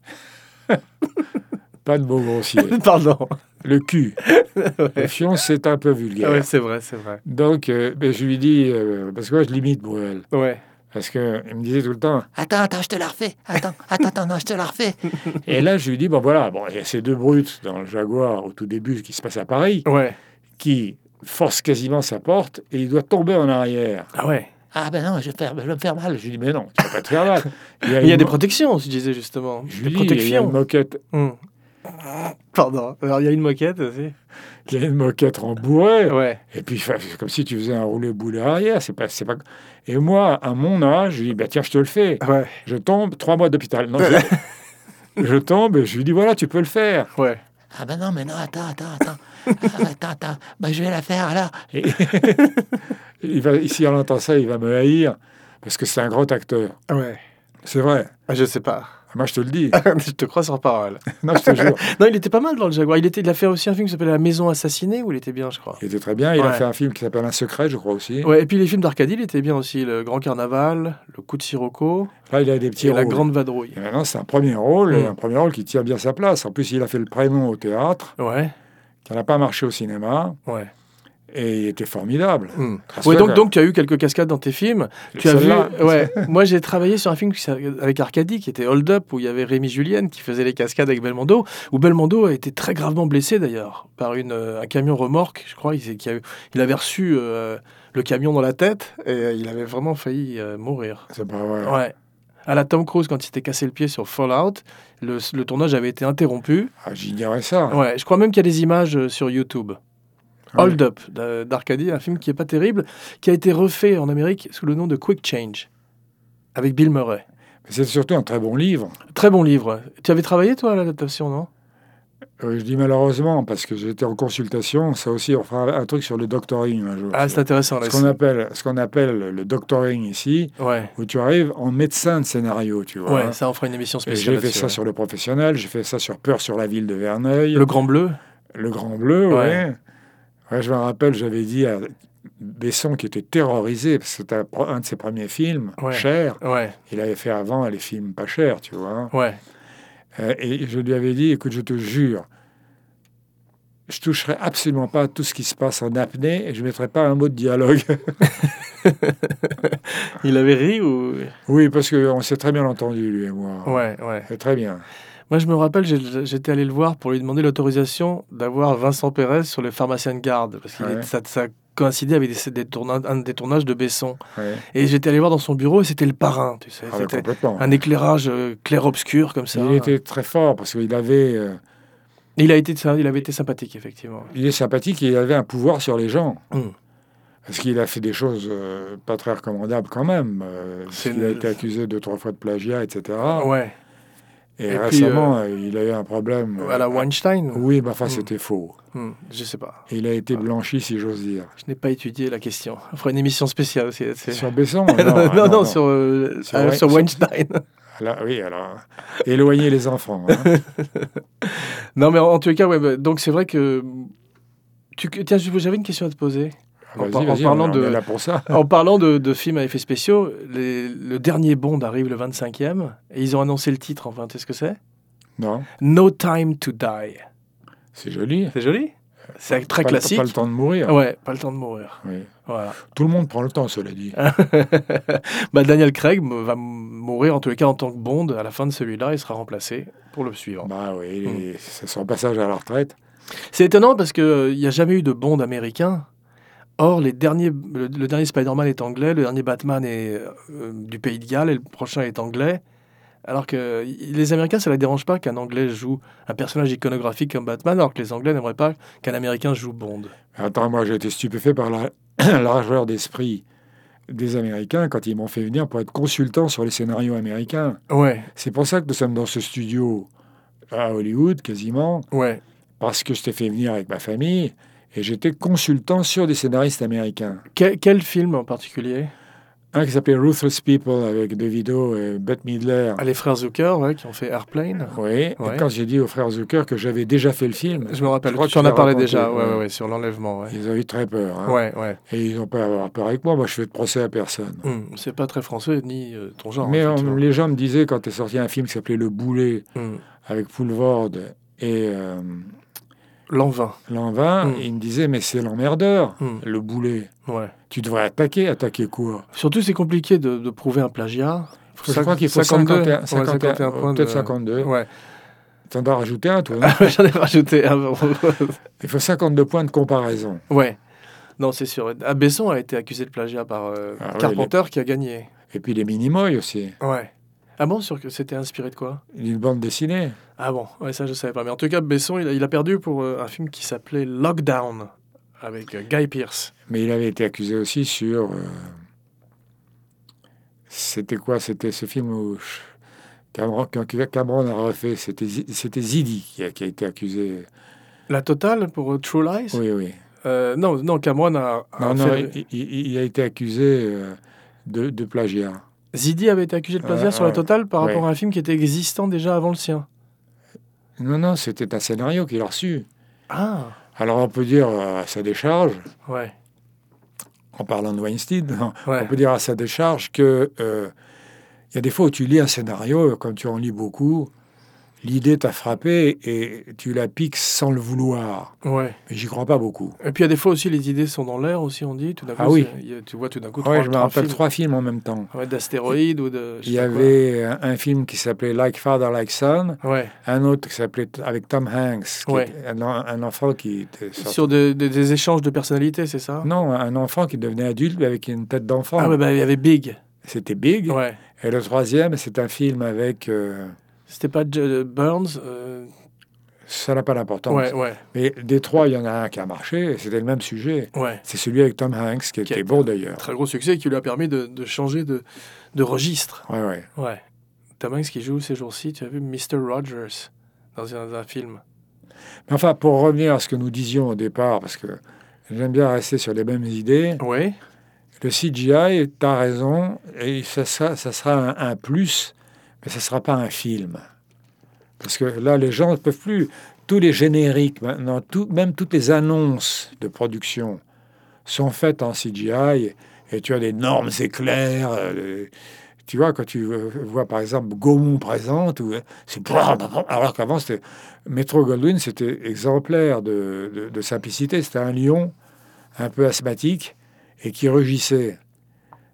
Pas de mots grossiers. Pardon. Le cul. Le Ouais. fion, c'est un peu Ah vulgaire. ouais, c'est vrai, c'est vrai. Donc, ben, je lui dis, parce que moi, je limite Bruel. Ouais. Parce qu'il me disait tout le temps, Attends, je te la refais. Attends, non, je te la refais. et là, je lui dis, bon voilà, bon, il y a ces 2 brutes dans le Jaguar au tout début qui se passe à Paris, Ouais. qui forcent quasiment sa porte et il doit tomber en arrière. Ah ouais. Ah ben non, je vais me faire mal. Je lui dis, mais non, tu vas pas te faire mal. Mais il y a des protections, tu disais justement. Je Des lui dis, il y a une protections. moquette, Pardon. Alors il y a une moquette aussi. il y a une moquette rembourrée. Ouais. Et puis, c'est comme si tu faisais un roulé boulet arrière. C'est pas... Et moi, à mon âge, je lui dis, bah, tiens, je te le fais. Ouais. Je tombe, 3 mois d'hôpital. Non, je tombe et je lui dis, voilà, tu peux le faire. Ouais. Ah ben non, mais non, attends. Attends. Ben je vais la faire alors. Et si on entend ça, il va me haïr parce que c'est un grand acteur. Ouais. C'est vrai. Ah, je sais pas. Moi, je te le dis. Je te crois sur parole. Non, je te jure. Non, il était pas mal dans le Jaguar. Il a fait aussi un film qui s'appelle La Maison Assassinée où il était bien, je crois. Il était très bien. Il a Ouais. fait un film qui s'appelle Un secret, je crois aussi. Ouais. Et puis les films d'Arcadie, il était bien aussi. Le Grand Carnaval, Le Coup de Sirocco Là, il a des petits et rôles. La Grande Vadrouille. Et maintenant, c'est un premier rôle, et Mm. un premier rôle qui tient bien sa place. En plus, il a fait le prénom au théâtre, Ouais. qui n'a pas marché au cinéma, Ouais. et il était formidable. Mm. Parce Ouais, que- donc tu as eu quelques cascades dans tes films. Tu as vu, Celle-là, ouais. Moi, j'ai travaillé sur un film avec Arcadie qui était Hold Up où il y avait Rémi Julienne qui faisait les cascades avec Belmondo. Où Belmondo a été très gravement blessé d'ailleurs par un camion remorque. Je crois il avait reçu le camion dans la tête et il avait vraiment failli mourir. C'est pas vrai. Ouais. À la Tom Cruise quand il s'était cassé le pied sur Fallout, le tournage avait été interrompu. Ah, j'ignorais ça. Ouais. Je crois même qu'il y a des images sur YouTube. Ah oui. Hold Up d'Arcadie, un film qui est pas terrible, qui a été refait en Amérique sous le nom de Quick Change avec Bill Murray. Mais c'est surtout un très bon livre. Très bon livre. Tu avais travaillé toi à l'adaptation, non? Je dis malheureusement, parce que j'étais en consultation. Ça aussi, on fera un truc sur le doctoring un jour. Ah, c'est intéressant. Là, Ce qu'on appelle le doctoring ici, Ouais, où tu arrives en médecin de scénario, tu vois. ouais, ça on fera une émission Et spéciale. j'ai fait là-dessus, ça ouais. sur le professionnel, j'ai fait ça sur Peur sur la ville de Verneuil, Le Grand Bleu. le Grand Bleu, Ouais. ouais. Ouais, je me rappelle, j'avais dit à Besson qui était terrorisé, parce que c'était un de ses premiers films, Ouais. cher. Ouais, Il avait fait avant les films pas chers, tu vois. ouais. Et je lui avais dit, écoute, je te jure, je toucherai absolument pas à tout ce qui se passe en apnée et je ne mettrai pas un mot de dialogue. Il avait ri ou... Oui, parce qu'on s'est très bien entendu, lui et moi. Ouais, ouais. Et très bien. Moi, je me rappelle, j'étais allé le voir pour lui demander l'autorisation d'avoir Vincent Pérez sur les pharmaciens de garde, parce que Ouais. ça coïncidait avec un des tournages de Besson. Ouais. Et j'étais allé voir dans son bureau et c'était le parrain, tu sais. Ah, mais C'était complètement. un éclairage clair-obscur comme ça. Il était très fort parce qu'il avait... Il avait été sympathique, effectivement. il est sympathique et il avait un pouvoir sur les gens. Hum. Parce qu'il a fait des choses pas très recommandables quand même. C'est Il a une- été accusé 2-3 fois de plagiat, etc. Ouais. Et Et puis, récemment, il a eu un problème. À la Weinstein. Oui, mais enfin, Mm. c'était faux. Je sais pas. Il a été blanchi, si j'ose dire. Je n'ai pas étudié la question. On fera une émission spéciale aussi. Sur Besson Non, sur Sur Weinstein. Oui, alors, éloigner les enfants. Hein. Non, mais en tous les cas, ouais, bah, donc c'est vrai que... Tiens, j'avais une question à te poser. Vas-y, parlant on de- est là pour ça. En parlant de films à effets spéciaux, le dernier Bond arrive le 25e et ils ont annoncé le titre, enfin, tu sais ce que c'est? Non, No Time to Die. c'est joli. C'est joli? C'est très Pas classique. Pas le temps de mourir. Ouais, pas le temps de mourir. Oui. Voilà. Tout le monde prend le temps, cela dit. Bah, Daniel Craig va mourir en tous les cas en tant que Bond. À la fin de celui-là, il sera remplacé pour le suivant. Bah oui, c'est son passage à la retraite. C'est étonnant parce qu'il n'y a jamais eu de Bond américain. Or, le dernier Spider-Man est anglais, le dernier Batman est du Pays de Galles et le prochain est anglais. Alors que les Américains, ça ne les dérange pas qu'un Anglais joue un personnage iconographique comme Batman, alors que les Anglais n'aimeraient pas qu'un Américain joue Bond. Attends, moi j'ai été stupéfait par la largeur d'esprit des Américains quand ils m'ont fait venir pour être consultant sur les scénarios américains. Ouais, C'est pour ça que nous sommes dans ce studio à Hollywood, quasiment, ouais. parce que je t'ai fait venir avec ma famille et j'étais consultant sur des scénaristes américains. Quel film en particulier? Un qui s'appelait Ruthless People avec DeVito et Bette Midler. Les frères Zucker, ouais, qui ont fait Airplane. Oui, Ouais. et quand j'ai dit aux frères Zucker que j'avais déjà fait le film, Je me rappelle, crois tu que en je as l'ai parlé raconté, déjà, ouais. ouais, sur l'enlèvement. Ouais. ils ont eu très peur. Hein. Ouais, ouais. Et ils n'ont pas à avoir peur avec moi. Moi, je fais de procès à personne. C'est pas très français, ni ton genre. Mais effectivement. les gens me disaient, quand est sorti un film qui s'appelait Le Boulet, avec Poulvord et L'envin. Lanvin, ils me disaient, mais c'est l'emmerdeur, Mm. Le Boulet. Ouais. Tu devrais attaquer quoi? Surtout, c'est compliqué de prouver un plagiat. Je crois qu'il faut 52, 51 points. peut-être 52. Ouais. T'en as rajouté un, toi hein J'en ai rajouté un. Il faut 52 points de comparaison. Ouais. Non, c'est sûr. Besson a été accusé de plagiat par Ah ouais, Carpenter qui a gagné. Et puis les Minimoy aussi. Ouais. Ah bon, sûr que c'était inspiré de quoi? Une bande dessinée. Ah bon, ouais, ça je savais pas. Mais en tout cas, Besson, il a perdu pour un film qui s'appelait Lockdown avec Guy Pearce. Mais il avait été accusé aussi sur... C'était quoi? C'était ce film où Cameron a refait. C'était Zidi qui a été accusé. La totale pour True Lies? Oui. Non, Cameron a Non, fait... il a été accusé de plagiat. Zidi avait été accusé de plagiat sur la totale par rapport à un film qui était existant déjà avant le sien. Non, c'était un scénario qu'il a reçu. Ah, Alors on peut dire à sa décharge, ouais. en parlant de Weinstein, Ouais. on peut dire à sa décharge que il y a des fois où tu lis un scénario, comme tu en lis beaucoup, l'idée t'a frappé et tu la piques sans le vouloir. Ouais. Mais j'y crois pas beaucoup. Et puis il y a des fois aussi, les idées sont dans l'air aussi, on dit. Tout d'un coup, Ah oui. tu vois tout d'un coup Ouais, je me rappelle films. 3 films en même temps. Ouais, d'astéroïdes ou de... je sais Il y pas quoi. avait un film qui s'appelait Like Father, Like Son, Ouais. un autre qui s'appelait avec Tom Hanks, qui Ouais. était un enfant qui était Sur des échanges de personnalités, c'est ça? Non, un enfant qui devenait adulte mais avec une tête d'enfant. Ah ouais, bah, il y avait Big. C'était Big. Ouais. Et le troisième, c'est un film avec... C'était pas Burns ça n'a pas d'importance. Ouais. Mais des trois, il y en a un qui a marché, c'était le même sujet. Ouais. C'est celui avec Tom Hanks, qui était beau d'ailleurs. Très gros succès qui lui a permis de changer de registre. Ouais. Ouais. Tom Hanks qui joue ces jours-ci, tu as vu Mr. Rogers dans un film. Mais enfin, pour revenir à ce que nous disions au départ, parce que j'aime bien rester sur les mêmes idées, Oui. le CGI, tu as raison, et ça sera un plus, mais ça ne sera pas un film. Parce que là, les gens ne peuvent plus. Tous les génériques, maintenant, même toutes les annonces de production sont faites en CGI, et tu as d'énormes éclairs. Tu vois, quand tu vois, par exemple, Gaumont présente, c'est... Alors qu'avant, c'était... Metro-Goldwyn, c'était exemplaire de simplicité. C'était un lion un peu asthmatique et qui rugissait.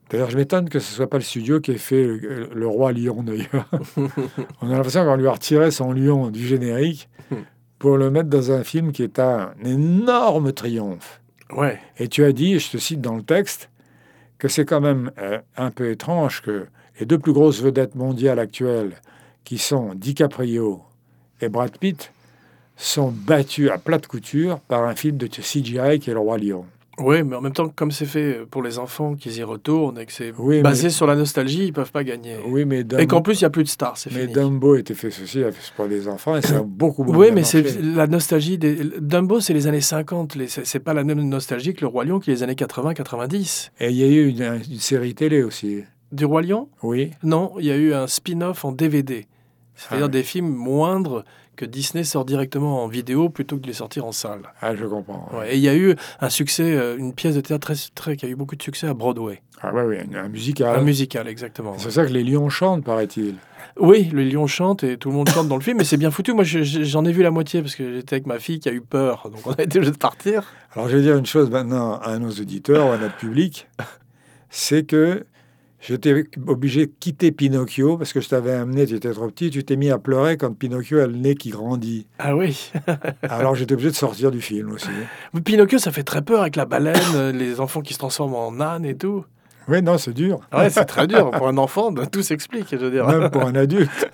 D'ailleurs, je m'étonne que ce ne soit pas le studio qui ait fait le Roi Lion, d'ailleurs. On a l'impression qu'on lui a retiré son lion du générique pour le mettre dans un film qui est un énorme triomphe. Ouais. Et tu as dit, je te cite dans le texte, que c'est quand même un peu étrange que les deux plus grosses vedettes mondiales actuelles, qui sont DiCaprio et Brad Pitt, sont battues à plate couture par un film de CGI qui est Le Roi Lion. Oui, mais en même temps, comme c'est fait pour les enfants qu'ils y retournent et que c'est Oui, basé sur la nostalgie, ils peuvent pas gagner. Oui, mais Et qu'en plus, il n'y a plus de stars, c'est mais fini. Dumbo était fait ceci pour les enfants et ça a beaucoup moins Oui, bien mais marché. c'est la nostalgie. Dumbo, c'est les années 50. C'est pas la même nostalgie que Le Roi Lion qui est les années 80-90. Et il y a eu une série télé aussi. Du Roi Lion? Oui. Non, il y a eu un spin-off en DVD. C'est-à-dire Ah oui. des films moindres que Disney sort directement en vidéo plutôt que de les sortir en salle. Ah, je comprends. Ouais. Et il y a eu un succès, une pièce de théâtre qui a eu beaucoup de succès à Broadway. Ah oui, un musical. Un musical, exactement. C'est Ouais. ça que les lions chantent, paraît-il. Oui, le lion chante et tout le monde chante dans le film, mais c'est bien foutu. Moi, j'en ai vu la moitié parce que j'étais avec ma fille qui a eu peur. Donc, on a été obligé de partir. Alors, je vais dire une chose maintenant à nos auditeurs ou à notre public, c'est que j'étais obligé de quitter Pinocchio parce que je t'avais amené, tu étais trop petit, tu t'es mis à pleurer quand Pinocchio a le nez qui grandit. Ah oui. Alors, j'étais obligé de sortir du film aussi. Pinocchio, ça fait très peur avec la baleine, les enfants qui se transforment en âne et tout. Oui, non, c'est dur. Ouais, c'est très dur. Pour un enfant, tout s'explique, je veux dire. Même pour un adulte.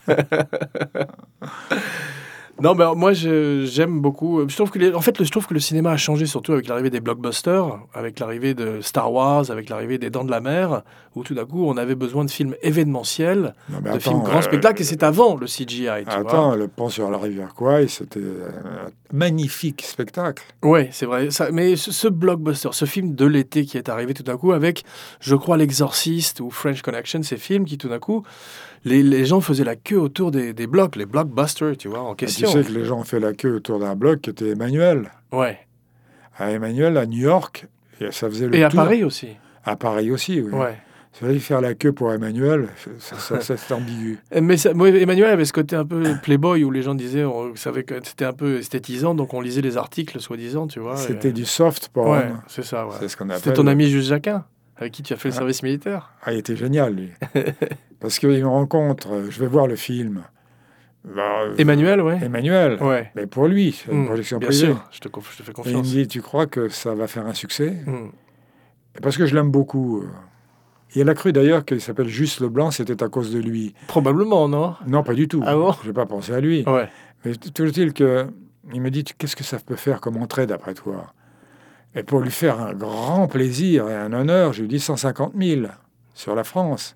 Non, mais moi, j'aime beaucoup. Je trouve je trouve que le cinéma a changé, surtout avec l'arrivée des blockbusters, avec l'arrivée de Star Wars, avec l'arrivée des Dents de la Mer, où tout d'un coup, on avait besoin de films événementiels, Non, mais de films grand spectacle, et c'est avant le CGI, tu vois. Attends, le pont sur la rivière Kwai, c'était un magnifique spectacle. Oui, c'est vrai. Mais ce blockbuster, ce film de l'été qui est arrivé tout d'un coup avec, je crois, L'Exorciste ou French Connection, ces films qui tout d'un coup, les gens faisaient la queue autour des blocs, les blockbusters, tu vois, en Tu question. sais que les gens ont fait la queue autour d'un bloc qui était Emmanuel. Ouais. À Emmanuel, à New York, et ça faisait le Et à tour. Paris aussi. À Paris aussi, oui. Ouais. C'est vrai, faire la queue pour Emmanuel, c'est ambigu. Mais moi, Emmanuel avait ce côté un peu playboy où les gens disaient, on savait que c'était un peu esthétisant, donc on lisait les articles soi-disant, tu vois. C'était du soft porn. Ouais, c'est ça, ouais. C'est ce qu'on C'était appelle. ton ami Juste Jacquin, avec qui tu as fait le service militaire. Ah, il était génial, lui. Parce qu'il me rencontre, je vais voir le film. Emmanuel, ouais. Emmanuel. Ouais. Mais pour lui, c'est une projection bien privée. sûr, je te fais Et il me confiance. dit, tu crois que ça va faire un succès? Mm. Parce que je l'aime beaucoup. Il a cru d'ailleurs qu'il s'appelle Juste Leblanc, c'était à cause de lui. Probablement, non? Non, pas du tout. Ah bon? Je n'ai pas pensé à lui. Ouais. Mais toujours est-il qu'il me dit, qu'est-ce que ça peut faire comme entrée d'après toi? Et pour lui faire un grand plaisir et un honneur, je lui dis 150 000 sur la France.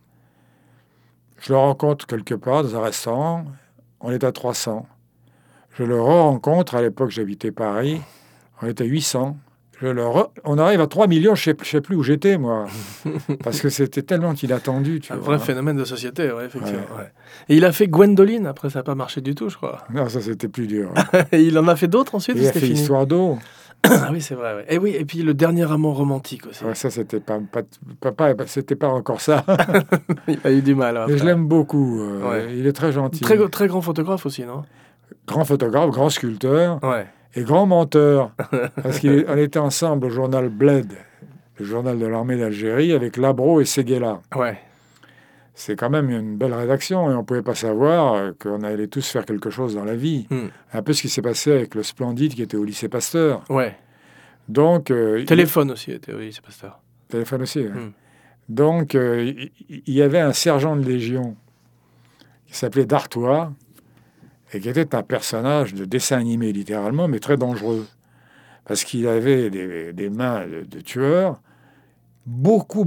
Je le rencontre quelque part dans un restaurant, on est à 300. Je le rencontre, à l'époque j'habitais Paris, on était à 800. On arrive à 3 millions, je ne sais plus où j'étais, moi. Parce que c'était tellement inattendu. Tu Un vois. vrai phénomène de société, ouais, effectivement. Ouais. Ouais. Et il a fait Gwendoline, après ça n'a pas marché du tout, je crois. Non, ça c'était plus dur. Et il en a fait d'autres ensuite, Et ou il a c'était fait fini? Histoire d'eau. Ah oui, c'est vrai, ouais. Et oui, et puis le dernier amant romantique aussi. Ouais, ça, c'était c'était pas encore ça. Il a eu du mal. Mais après. je l'aime beaucoup. Ouais. Il est très gentil. Très, très grand photographe aussi, non? Grand photographe, grand sculpteur Ouais. et grand menteur. Parce qu'on était ensemble au journal Bled, le journal de l'armée d'Algérie, avec Labro et Séguéla. Ouais. C'est quand même une belle rédaction et on ne pouvait pas savoir qu'on allait tous faire quelque chose dans la vie. Mm. Un peu ce qui s'est passé avec le Splendide qui était au lycée Pasteur. Ouais. Donc, Téléphone aussi, oui, c'est pas ça. téléphone aussi. Ouais. Mm. Donc, il y avait un sergent de Légion qui s'appelait Dartois et qui était un personnage de dessin animé, littéralement, mais très dangereux. Parce qu'il avait des mains de tueur, beaucoup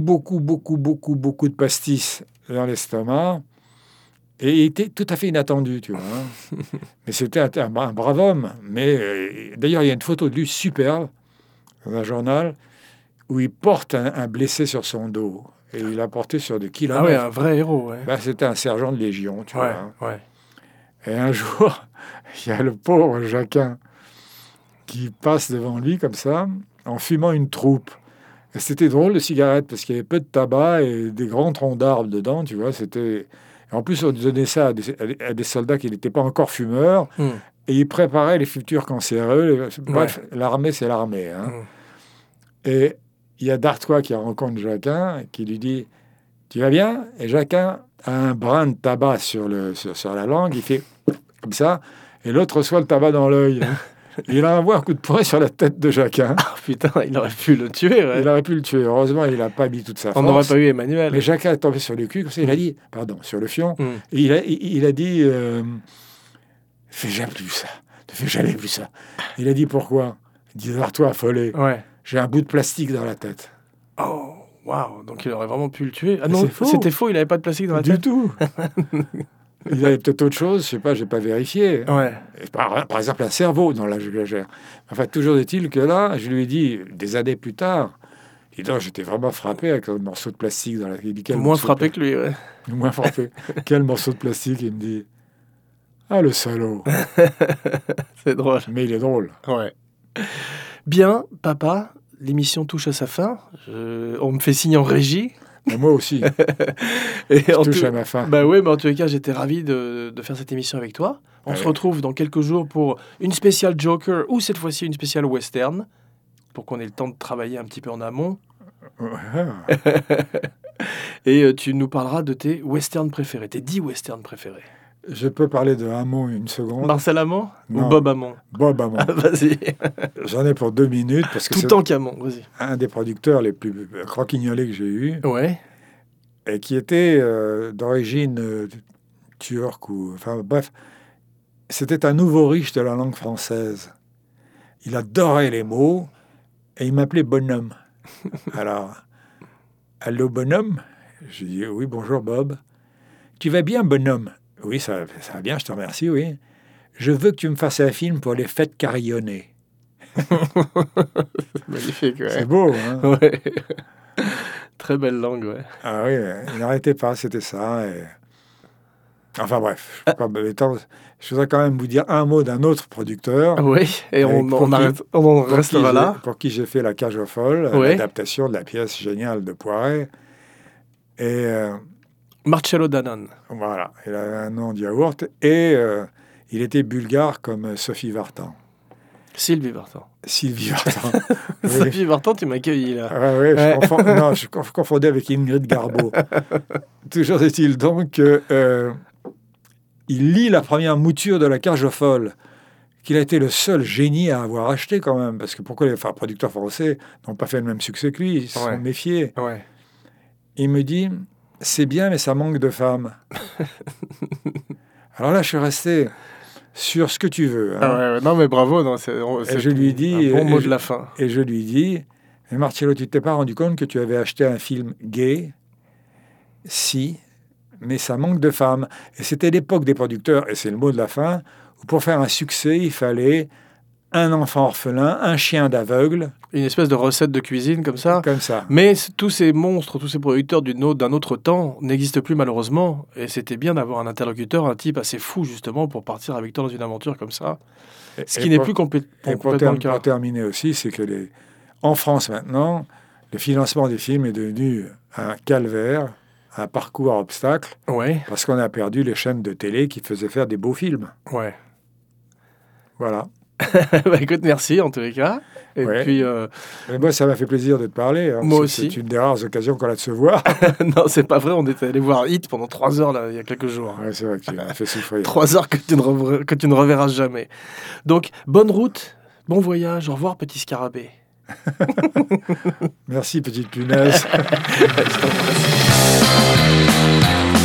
de pastis dans l'estomac, et il était tout à fait inattendu, tu vois. Hein. Mais c'était un brave homme. Mais d'ailleurs, il y a une photo de lui superbe dans un journal où il porte un blessé sur son dos. Et il l'a porté sur des Ah kilomètres. ouais, un vrai héros, ouais. Ben, c'était un sergent de Légion, tu Ouais, vois. ouais. Et un jour, il y a le pauvre Jacquin qui passe devant lui comme ça, en fumant une troupe. Et c'était drôle, de cigarette, parce qu'il y avait peu de tabac et des grands troncs d'arbres dedans, tu vois. Et en plus, on donnait ça à des soldats qui n'étaient pas encore fumeurs, Mm. et ils préparaient les futurs cancéreux. Bref, l'armée, c'est l'armée. Hein. Mm. Et il y a Dartois qui rencontre Jacquin, et qui lui dit Tu vas bien? Et Jacquin a un brin de tabac sur la langue, il fait comme ça, et l'autre reçoit le tabac dans l'œil. Il a envoyé un coup de poing sur la tête de Jacquin. Ah, putain, il aurait pu le tuer. Ouais. Il aurait pu le tuer. Heureusement, il n'a pas mis toute sa force. On n'aurait pas eu Emmanuel. Mais Jacquin est tombé sur le cul, comme ça, il a dit, sur le fion, Mm. et il a dit, fais jamais plus ça, ne fais jamais plus ça. Il a dit pourquoi? Il dit, toi affolé, Ouais. j'ai un bout de plastique dans la tête. Oh, waouh. Donc il aurait vraiment pu le tuer. Ah Mais non, c'est faux. c'était faux, il n'avait pas de plastique dans la Du tête. tout. Il avait peut-être autre chose, je sais pas, j'ai pas vérifié. Ouais. Et par exemple, un cerveau, non, là, j'exagère. Enfin, toujours est-il que là, je lui ai dit, des années plus tard, et donc, j'étais vraiment frappé avec un morceau de plastique dans la tête. Moins frappé que lui, ouais. Moins frappé. Quel morceau de plastique? Il me dit, ah, le salaud. C'est drôle. Mais il est drôle. Ouais. Bien, papa, l'émission touche à sa fin. On me fait signe en régie. Mais moi aussi, Et je en touche tout- à ma fin. Bah ouais, mais en tous les cas, j'étais ravi de faire cette émission avec toi. On Ah se ouais. retrouve dans quelques jours pour une spéciale Joker ou cette fois-ci une spéciale western pour qu'on ait le temps de travailler un petit peu en amont. Ah. Et tu nous parleras de tes westerns préférés, tes 10 westerns préférés. Je peux parler de Hamon une seconde. Marcel Amont ou Non. Bob Amont? Bob Hamon. Vas-y, J'en ai pour 2 minutes parce que tout c'est en Camon, vas-y. un des producteurs les plus croquignolés que j'ai eu Ouais, et qui était d'origine turque ou enfin bref, c'était un nouveau riche de la langue française. Il adorait les mots et il m'appelait bonhomme. Alors, allô bonhomme? Je dis oui, bonjour Bob. Tu vas bien bonhomme? Oui, ça va bien, je te remercie, oui. Je veux que tu me fasses un film pour les fêtes carillonnées. magnifique, C'est ouais. beau, hein? Ouais. Très belle langue, ouais. Ah oui, il n'arrêtait pas, c'était ça. Et... Enfin bref, je ne peux pas m'étendre. Je voudrais quand même vous dire un mot d'un autre producteur. Oui, et on pour en pour qui restera là. pour qui j'ai fait La Cage aux Folles, Ouais. l'adaptation de la pièce géniale de Poiret. Et Marcello Danone. voilà, il avait un nom de yaourt. Et il était bulgare comme Sophie Vartan. Sylvie Vartan. Sylvie Vartan. Oui. Sylvie Vartan, tu m'as accueilli là. Ah ouais, Ouais. je confondais avec Ingrid Garbeau. Toujours est-il donc il lit la première mouture de La Cage aux Folles, qu'il a été le seul génie à avoir acheté quand même, parce que pourquoi les producteurs français n'ont pas fait le même succès que lui, ils se sont Ouais. méfiés. Ouais. Il me dit, c'est bien, mais ça manque de femmes. Alors là, je suis resté sur ce que tu veux. Hein. Ah ouais, ouais. Non mais bravo, non, c'est je lui dis- un bon et mot je- de la fin. Et je lui dis, mais Marcello, tu t'es pas rendu compte que tu avais acheté un film gay? Si, mais ça manque de femmes. Et c'était l'époque des producteurs, et c'est le mot de la fin, où pour faire un succès, il fallait un enfant orphelin, un chien d'aveugle, Une espèce de recette de cuisine comme ça. comme ça. Mais tous ces monstres, tous ces producteurs d'un autre temps n'existent plus malheureusement. Et c'était bien d'avoir un interlocuteur, un type assez fou justement pour partir avec toi dans une aventure comme ça. Ce Et qui n'est pour- plus Et pour complètement le cas. terminer aussi, c'est que en France maintenant, le financement des films est devenu un calvaire, un parcours à obstacles, Ouais, parce qu'on a perdu les chaînes de télé qui faisaient faire des beaux films. ouais. Voilà. Bah, écoute, merci en tous les cas. Et Ouais. puis, Mais moi, ça m'a fait plaisir de te parler. hein. Moi C'est- aussi. C'est une des rares occasions qu'on a de se voir. non, c'est pas vrai, on était allé voir Hit pendant 3 heures là, il y a quelques jours. Ouais, c'est vrai que tu m'as fait souffrir. 3 heures que tu ne reverras jamais. Donc, bonne route, bon voyage, au revoir petit scarabée. Merci, petite punaise. Je t'en prie.